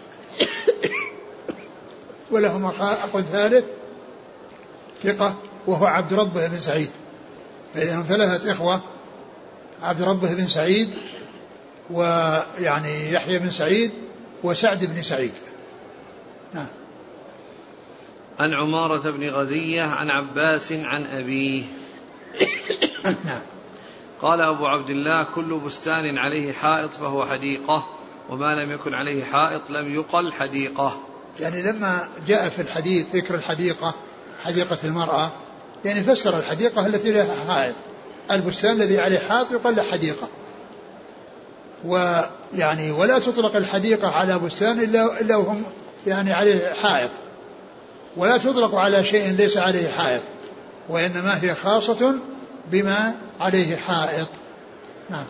ولهما أخ ثالث ثقة وهو عبد ربه بن سعيد. فإذا هم ثلاثة إخوة، عبد ربه بن سعيد ويعني يحيى بن سعيد وسعد بن سعيد. نعم. عن عمارة بن غزية عن عباس عن أبيه. نعم. قال أبو عبد الله كل بستان عليه حائط فهو حديقة، وما لم يكن عليه حائط لم يقل حديقة. يعني لما جاء في الحديث ذكر الحديقة حديقة المرأة، يعني فسر الحديقة التي لها حائط، البستان الذي عليه حائط يقال له حديقة. ويعني ولا تطلق الحديقة على بستان إلا وهم يعني عليه حائط، ولا تطلق على شيء ليس عليه حائط، وإنما هي خاصة بما عليه حائط. نعم.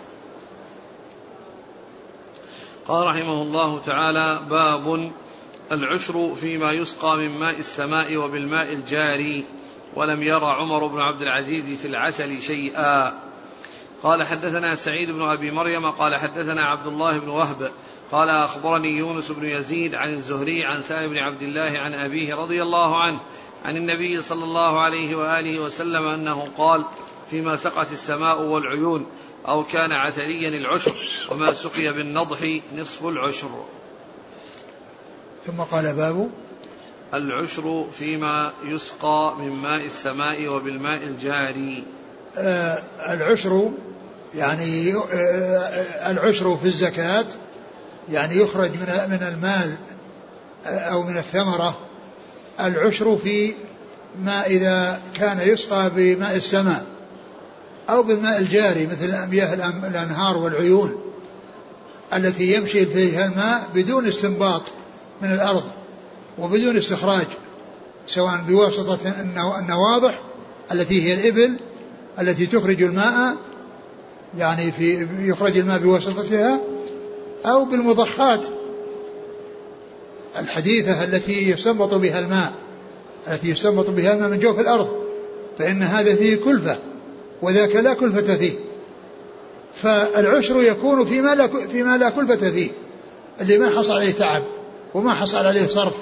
قال رحمه الله تعالى: باب العشر فيما يسقى من ماء السماء وبالماء الجاري، ولم يرى عمر بن عبد العزيز في العسل شيئا. قال: حدثنا سعيد بن أبي مريم قال حدثنا عبد الله بن وهب قال: أخبرني يونس بن يزيد عن الزهري عن سالم بن عبد الله عن أبيه رضي الله عنه عن النبي صلى الله عليه وآله وسلم أنه قال: فيما سقت السماء والعيون أو كان عثريا العشر، وما سقي بالنضح نصف العشر. ثم قال: باب العشر فيما يسقى من ماء السماء وبالماء الجاري. العشر يعني العشر في الزكاة، يعني يخرج من المال أو من الثمرة العشر في ما إذا كان يسقى بماء السماء أو بالماء الجاري مثل مياه الأنهار والعيون التي يمشي فيها الماء بدون استنباط من الأرض وبدون استخراج، سواء بواسطة النواضح التي هي الإبل التي تخرج الماء، يعني يخرج الماء بواسطتها، أو بالمضخات الحديثة التي يستنبط بها الماء من جوف الأرض، فإن هذا فيه كلفة وذاك لا كلفة فيه. فالعشر يكون فيما لا كلفة فيه، اللي ما حصل عليه تعب وما حصل عليه صرف،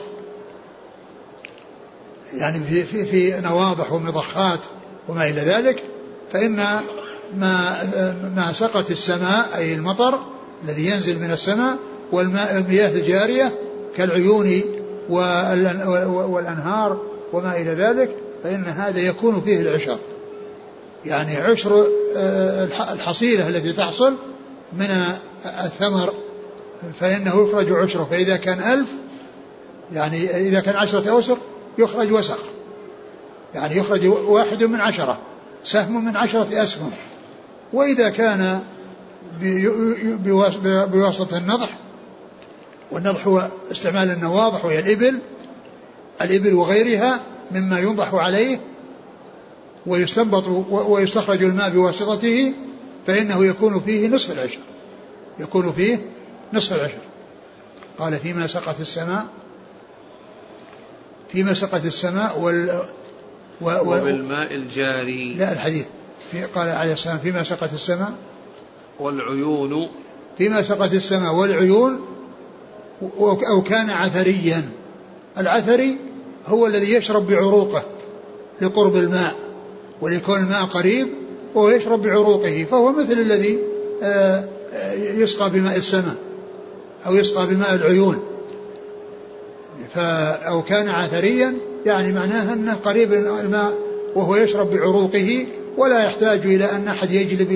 يعني في نواضح ومضخات وما إلى ذلك. فإن ما سقت السماء أي المطر الذي ينزل من السماء والمياه الجارية كالعيون والأنهار وما إلى ذلك، فإن هذا يكون فيه العشر، يعني عشر الحصيلة التي تحصل من الثمر، فإنه يخرج عشره. فإذا كان 1000 يعني إذا كان 10 أوسق يخرج وسق، يعني يخرج 1 من 10، سهم من 10 أسهم. وإذا كان بواسطة النضح، والنضح هو استعمال النواضح وهي الإبل وغيرها مما ينضح عليه ويستنبط ويستخرج الماء بواسطته، فإنه يكون فيه نصف العشر. قال: فيما سقت السماء وبالماء الجاري. لا، الحديث قال عليه السلام: فيما سقت السماء والعيون، فيما سقت السماء والعيون أو كان عثريا. العثري هو الذي يشرب بعروقه لقرب الماء وليكون الماء قريب وهو يشرب بعروقه، فهو مثل الذي يسقى بماء السماء أو يسقى بماء العيون. أو كان عثريا يعني معناه أنه قريب الماء وهو يشرب بعروقه ولا يحتاج إلى أن أحد يجلب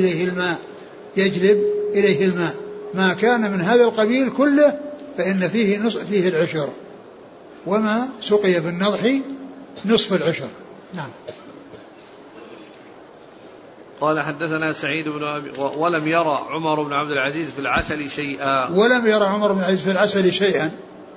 إليه الماء. ما كان من هذا القبيل كله فإن فيه العشر، وما سقي بالنضح نصف العشر. نعم. قال: حدثنا سعيد بن أبي ولم يرى عمر بن عبد العزيز في العسل شيئا. ولم يرى عمر بن العزيز في العسل شيئا،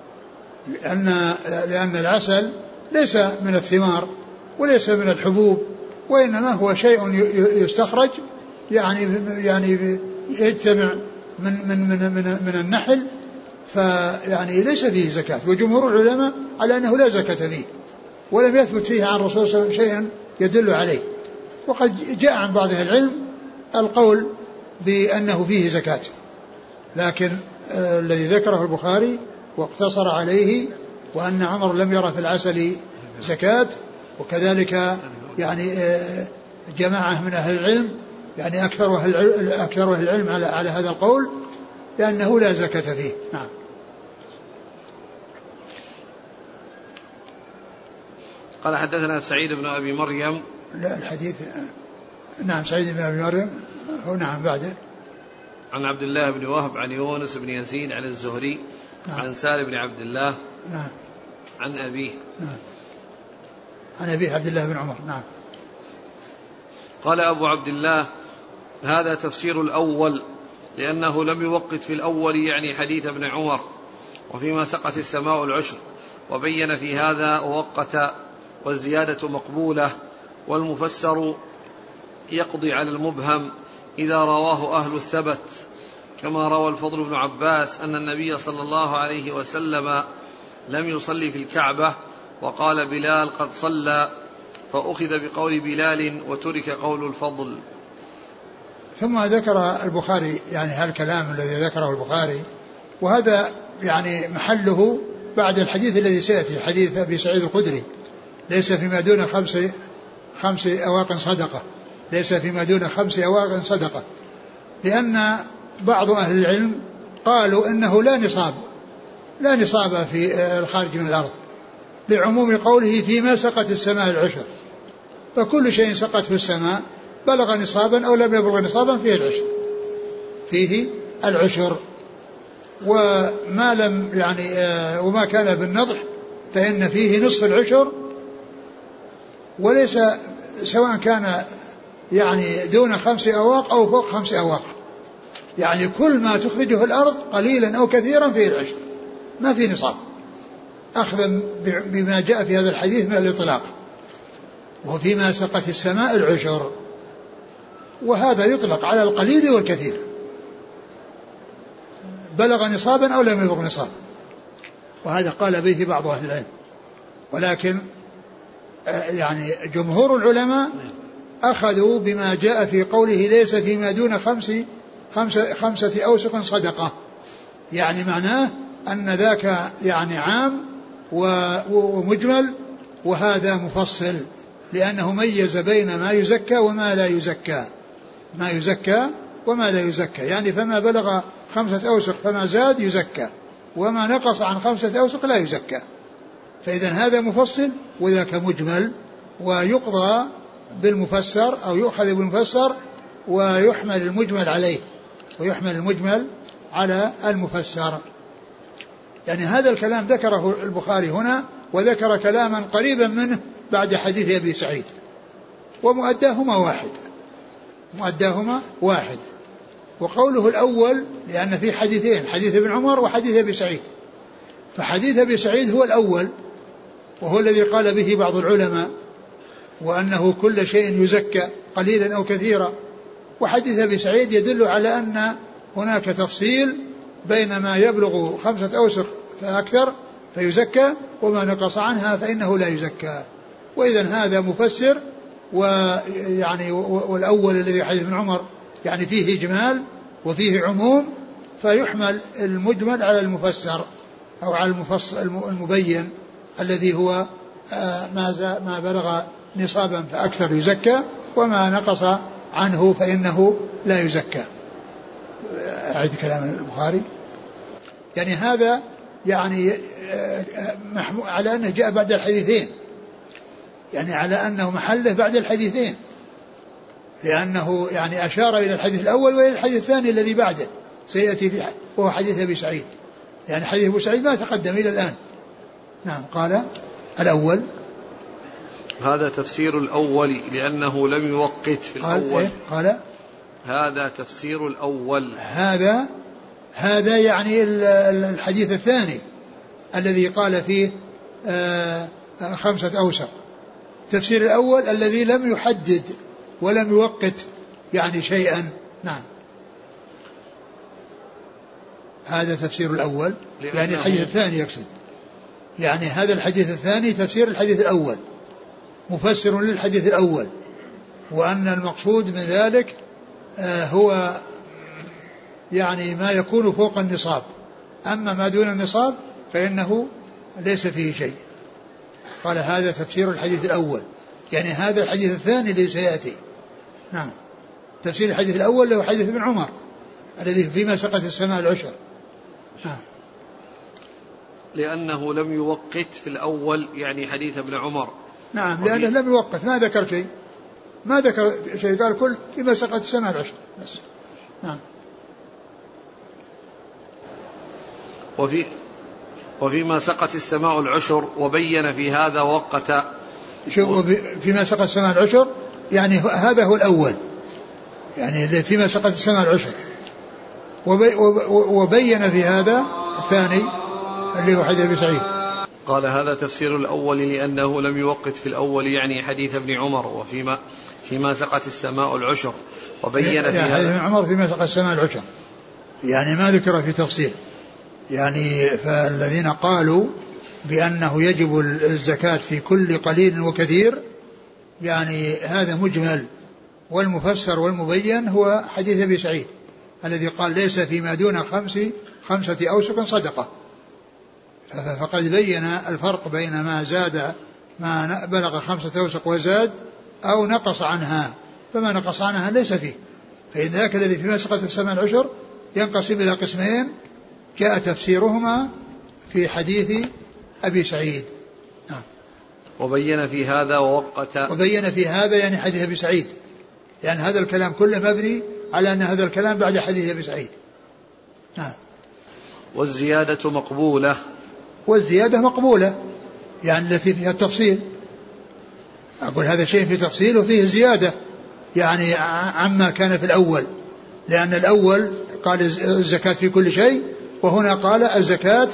لأن العسل ليس من الثمار وليس من الحبوب، وإنما هو شيء يستخرج يعني يجتمع من النحل، فيعني ليس فيه زكاة. وجمهور العلماء على أنه لا زكاة فيه، ولم يثبت فيه عن الرسول صلى الله عليه وسلم شيئا يدل عليه. وقد جاء عن بعض أهل العلم القول بأنه فيه زكاة، لكن الذي ذكره البخاري واقتصر عليه وأن عمر لم يرى في العسل زكاة، وكذلك يعني جماعة من أهل العلم يعني أكثر أهل العلم على هذا القول لأنه لا زكاة فيه. نعم. قال: حدثنا سعيد بن أبي مريم. لا، الحديث نعم سعيد بن أبي مريم هو نعم بعده عن عبد الله بن وهب عن يونس بن يزيد عن الزهري عن سالم بن عبد الله عن أبيه. عن أبيه عبد الله بن عمر. نعم. قال أبو عبد الله: هذا تفسير الأول لأنه لم يوقت في الأول يعني حديث ابن عمر، وفيما سقت السماء العشر، وبين في هذا ووقت، والزيادة مقبولة، والمفسر يقضي على المبهم إذا رواه أهل الثبت، كما روى الفضل بن عباس أن النبي صلى الله عليه وسلم لم يصلي في الكعبة، وقال بلال قد صلى، فأخذ بقول بلال وترك قول الفضل. ثم ذكر البخاري يعني هالكلام الذي ذكره البخاري، وهذا يعني محله بعد الحديث الذي سيأتي، حديث أبي سعيد الخدري: ليس فيما دون خمس أواق صدقة، ليس فيما دون 5 أواق صدقة، لأن بعض أهل العلم قالوا إنه لا نصاب في الخارج من الأرض، لعموم قوله فيما سقت السماء العشر، فكل شيء سقط في السماء بلغ نصابا أو لم يبلغ نصابا فيه العشر، وما لم يعني وما كان بالنضح فإن فيه نصف العشر، وليس سواء كان يعني دون 5 أواق أو فوق 5 أواق، يعني كل ما تخرجه الأرض قليلا أو كثيرا فيه العشر، ما فيه نصاب، أخذا بما جاء في هذا الحديث من الإطلاق، وفيما سقت السماء العشر، وهذا يطلق على القليل والكثير، بلغ نصابا أو لم يبلغ نصاب، وهذا قال به بعض أهل العلم. ولكن يعني جمهور العلماء أخذوا بما جاء في قوله ليس فيما دون 5 أوسق صدقة، يعني معناه أن ذاك يعني عام ومجمل، وهذا مفصل، لأنه ميز بين ما يزكى وما لا يزكى، ما يزكى وما لا يزكى، يعني فما بلغ 5 أوسق فما زاد يزكى، وما نقص عن 5 أوسق لا يزكى. فإذا هذا مفصل وذاك مجمل، ويقضى بالمفسر أو يؤخذ بالمفسر ويحمل المجمل عليه، ويحمل المجمل على المفسر. يعني هذا الكلام ذكره البخاري هنا، وذكر كلاما قريبا منه بعد حديث أبي سعيد، ومؤداهما واحد. وقوله الأول لأن في حديثين، حديث ابن عمر وحديث أبي سعيد، فحديث أبي سعيد هو الأول، وهو الذي قال به بعض العلماء، وأنه كل شيء يزكى قليلا أو كثيرا. وحديث أبي سعيد يدل على أن هناك تفصيل بين ما يبلغ 5 أوسق فأكثر فيزكى، وما نقص عنها فإنه لا يزكى. وإذا هذا مفسر، ويعني والأول الذي حديث ابن عمر يعني فيه إجمال وفيه عموم، فيحمل المجمل على المفسر أو على المبين الذي هو ما بلغ نصابا فأكثر يزكى، وما نقص عنه فإنه لا يزكى. أعيد كلام البخاري. يعني هذا يعني على أنه جاء بعد الحديثين، يعني على أنه محله بعد الحديثين، لأنه يعني أشار إلى الحديث الأول وإلى الحديث الثاني الذي بعده سيأتي فيه، وهو حديث أبي سعيد، يعني حديث أبي سعيد ما تقدم إلى الآن. نعم. قال الأول: هذا تفسير الأول لأنه لم يوقت في الأول. قال هذا تفسير الأول، هذا يعني الحديث الثاني الذي قال فيه 5 أوسق. تفسير الأول الذي لم يحدد ولم يوقت يعني شيئا. نعم. هذا تفسير الأول يعني الحديث الثاني يقصد، يعني هذا الحديث الثاني تفسير الحديث الأول، مفسر للحديث الأول، وأن المقصود من ذلك هو يعني ما يكون فوق النصاب، أما ما دون النصاب فإنه ليس فيه شيء. قال هذا تفسير الحديث الأول، يعني هذا الحديث الثاني الذي سيأتي. نعم. تفسير الحديث الأول له حديث ابن عمر الذي فيما سقت السماء العشر. لأنه لم يوقت في الأول يعني حديث ابن عمر. نعم، لأنه لم يوقت، ما ذكر شيء، قال كل فيما سقت السماء العشر بس. نعم. وفيما سقت السماء العشر، وبين في هذا وقت، فيما سقط السماء العشر، يعني هذا هو الأول، يعني فيما سقط السماء العشر. وبين في هذا الثاني اللي هو حديث أبي سعيد. قال هذا تفسير الأول لأنه لم يوقت في الأول، يعني حديث ابن عمر فيما سقط السماء العشر. وبين في هذا حديث ابن عمر فيما سقط السماء العشر، يعني ما ذكر في تفصيل. يعني فالذين قالوا بأنه يجب الزكاة في كل قليل وكثير، يعني هذا مجمل، والمفسر والمبين هو حديث أبي سعيد الذي قال ليس فيما دون خمسة أوسق صدقة. فقد بين الفرق بين ما زاد، ما بلغ 5 أوسق وزاد، أو نقص عنها، فما نقص عنها ليس فيه. فإن ذاك الذي فيما سقط السماء العشر ينقسم إلى قسمين جاء تفسيرهما في حديث أبي سعيد. وبين في هذا وبين في هذا يعني حديث أبي سعيد، يعني هذا الكلام كله مبني على أن هذا الكلام بعد حديث أبي سعيد. والزيادة مقبولة. والزيادة مقبولة، يعني التي فيها التفصيل. أقول هذا شيء في تفصيل وفيه زيادة، يعني عما كان في الأول، لأن الأول قال الزكاة في كل شيء، وهنا قال الزكاة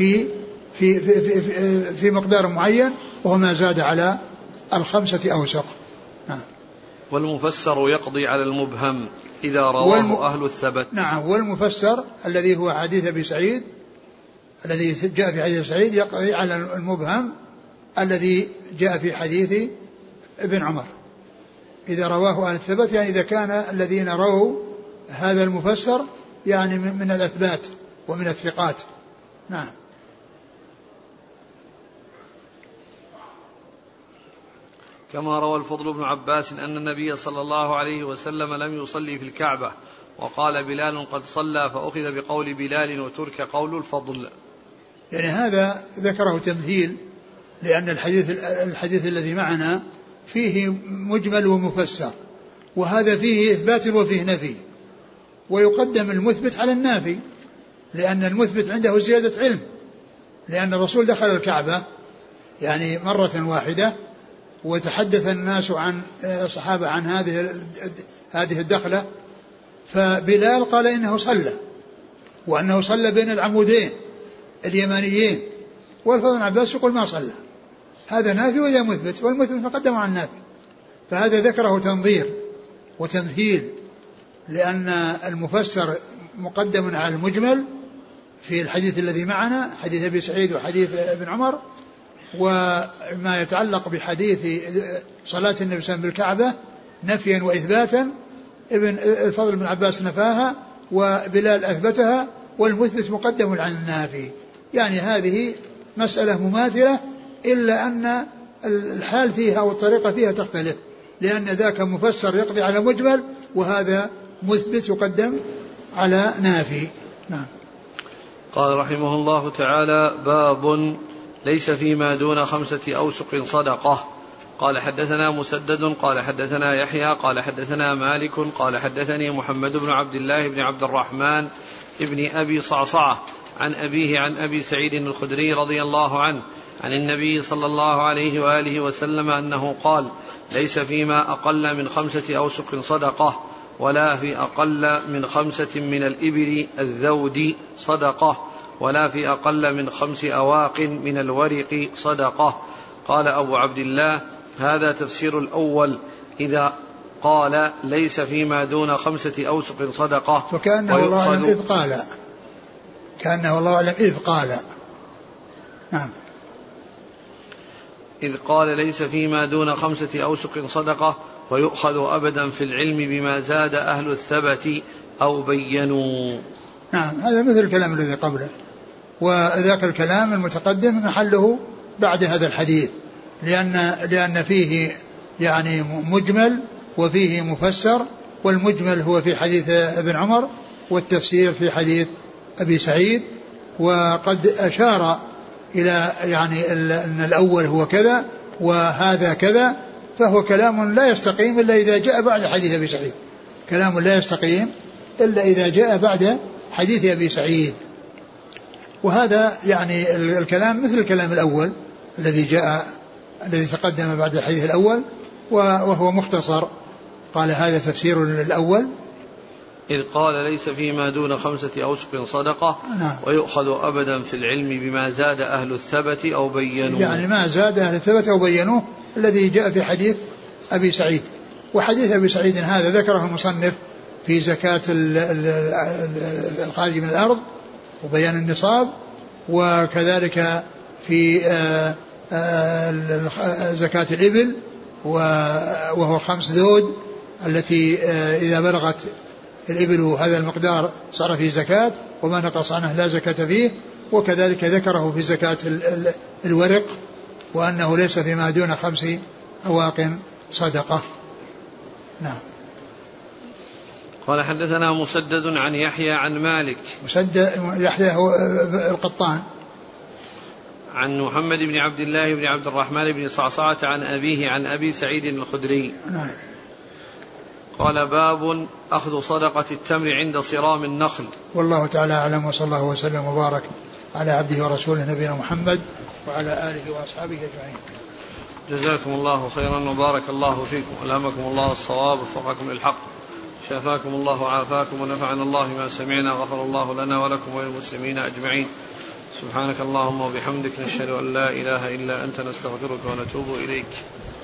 في مقدار معين، وهو ما زاد على 5 أوسق. والمفسر يقضي على المبهم إذا رواه أهل الثبت. نعم، والمفسر الذي هو حديث أبي سعيد، الذي جاء في حديث سعيد، يقضي على المبهم الذي جاء في حديث ابن عمر إذا رواه أهل الثبت، يعني إذا كان الذين رووا هذا المفسر يعني من الأثبات ومن الثقات. نعم. كما روى الفضل بن عباس أن النبي صلى الله عليه وسلم لم يصلي في الكعبة، وقال بلال قد صلى، فأخذ بقول بلال وترك قول الفضل. يعني هذا ذكره تمثيل، لأن الحديث الذي معنا فيه مجمل ومفسر، وهذا فيه إثبات وفيه نفي، ويقدم المثبت على النافي، لأن المثبت عنده زيادة علم، لأن الرسول دخل الكعبة يعني مرة واحدة، وتحدث الناس عن الصحابة عن هذه الدخلة، فبلال قال إنه صلى، وأنه صلى بين العمودين اليمانيين، والفضل بن عباس يقول ما صلى. هذا نافي وإذا مثبت، والمثبت مقدم عن النافي، فهذا ذكره تنظير وتمثيل، لأن المفسر مقدم على المجمل في الحديث الذي معنا، حديث أبي سعيد وحديث ابن عمر. وما يتعلق بحديث صلاة النبي صلى الله عليه وسلم بالكعبة نفيا وإثباتا، الفضل بن عباس نفاها وبلال أثبتها، والمثبت مقدم على النافي. يعني هذه مسألة مماثلة، إلا أن الحال فيها والطريقة فيها تختلف، لأن ذاك مفسر يقضي على مجمل، وهذا مثبت يقدم على نافي. نعم. قال رحمه الله تعالى: باب ليس فيما دون 5 أوسق صدقة. قال حدثنا مسدد قال حدثنا يحيى قال حدثنا مالك قال حدثني محمد بن عبد الله بن عبد الرحمن ابن أبي صعصعة عن أبيه عن أبي سعيد الخدري رضي الله عنه عن النبي صلى الله عليه وآله وسلم أنه قال: ليس فيما أقل من 5 أوسق صدقة، ولا في أقل من 5 من الإبل الذود صدقة، ولا في أقل من 5 أواق من الورق صدقة. قال أبو عبد الله: هذا تفسير الأول إذا قال ليس فيما دون 5 أوسق صدقة. وكأنه الله أعلم إذ قال، كأنه الله أعلم إذ قال. نعم. إذ قال ليس فيما دون 5 أوسق صدقة، ويؤخذ أبدا في العلم بما زاد أهل الثبت أو بينوا. نعم، هذا مثل الكلام الذي قبله، وذاك الكلام المتقدم محله بعد هذا الحديث، لأن فيه يعني مجمل وفيه مفسر، والمجمل هو في حديث ابن عمر، والتفسير في حديث أبي سعيد. وقد أشار إلى يعني أن الأول هو كذا وهذا كذا، فهو كلام لا يستقيم إلا إذا جاء بعد حديث أبي سعيد، كلام لا يستقيم إلا إذا جاء بعد حديث أبي سعيد. وهذا يعني الكلام مثل الكلام الأول الذي جاء الذي تقدم بعد الحديث الأول وهو مختصر. قال هذا تفسير الأول إذ قال ليس فيما دون 5 أوسق صدقة. نعم. ويؤخذ أبدا في العلم بما زاد أهل الثبت أو بينوه، يعني ما زاد أهل الثبت أو بينوه الذي جاء في حديث أبي سعيد. وحديث أبي سعيد هذا ذكره المصنف في زكاة الخارج من الأرض وبيان النصاب، وكذلك في زكاة الإبل وهو 5 ذود التي إذا بلغت الإبل هذا المقدار صار فيه زكاة، وما نقص عنه لا زكاة فيه. وكذلك ذكره في زكاة الورق وأنه ليس فيما دون 5 أواق صدقة. نعم. قال حدثنا مسدد عن يحيى عن مالك. يحيى هو القطان. عن محمد بن عبد الله بن عبد الرحمن بن صعصعة عن أبيه عن أبي سعيد الخدري. نعم. قال باب أخذ صدقة التمر عند صرام النخل. والله تعالى أعلم، وصلى الله وسلم وبارك على عبده ورسوله نبينا محمد وعلى آله وأصحابه أجمعين. جزاكم الله خيرا وبارك الله فيكم، ألهمكم الله الصواب ووفقكم للحق، شافاكم الله وعافاكم، ونفعنا الله ما سمعنا، غفر الله لنا ولكم وللمسلمين أجمعين. سبحانك اللهم وبحمدك، نشهد أن لا إله إلا أنت، نستغفرك ونتوب إليك.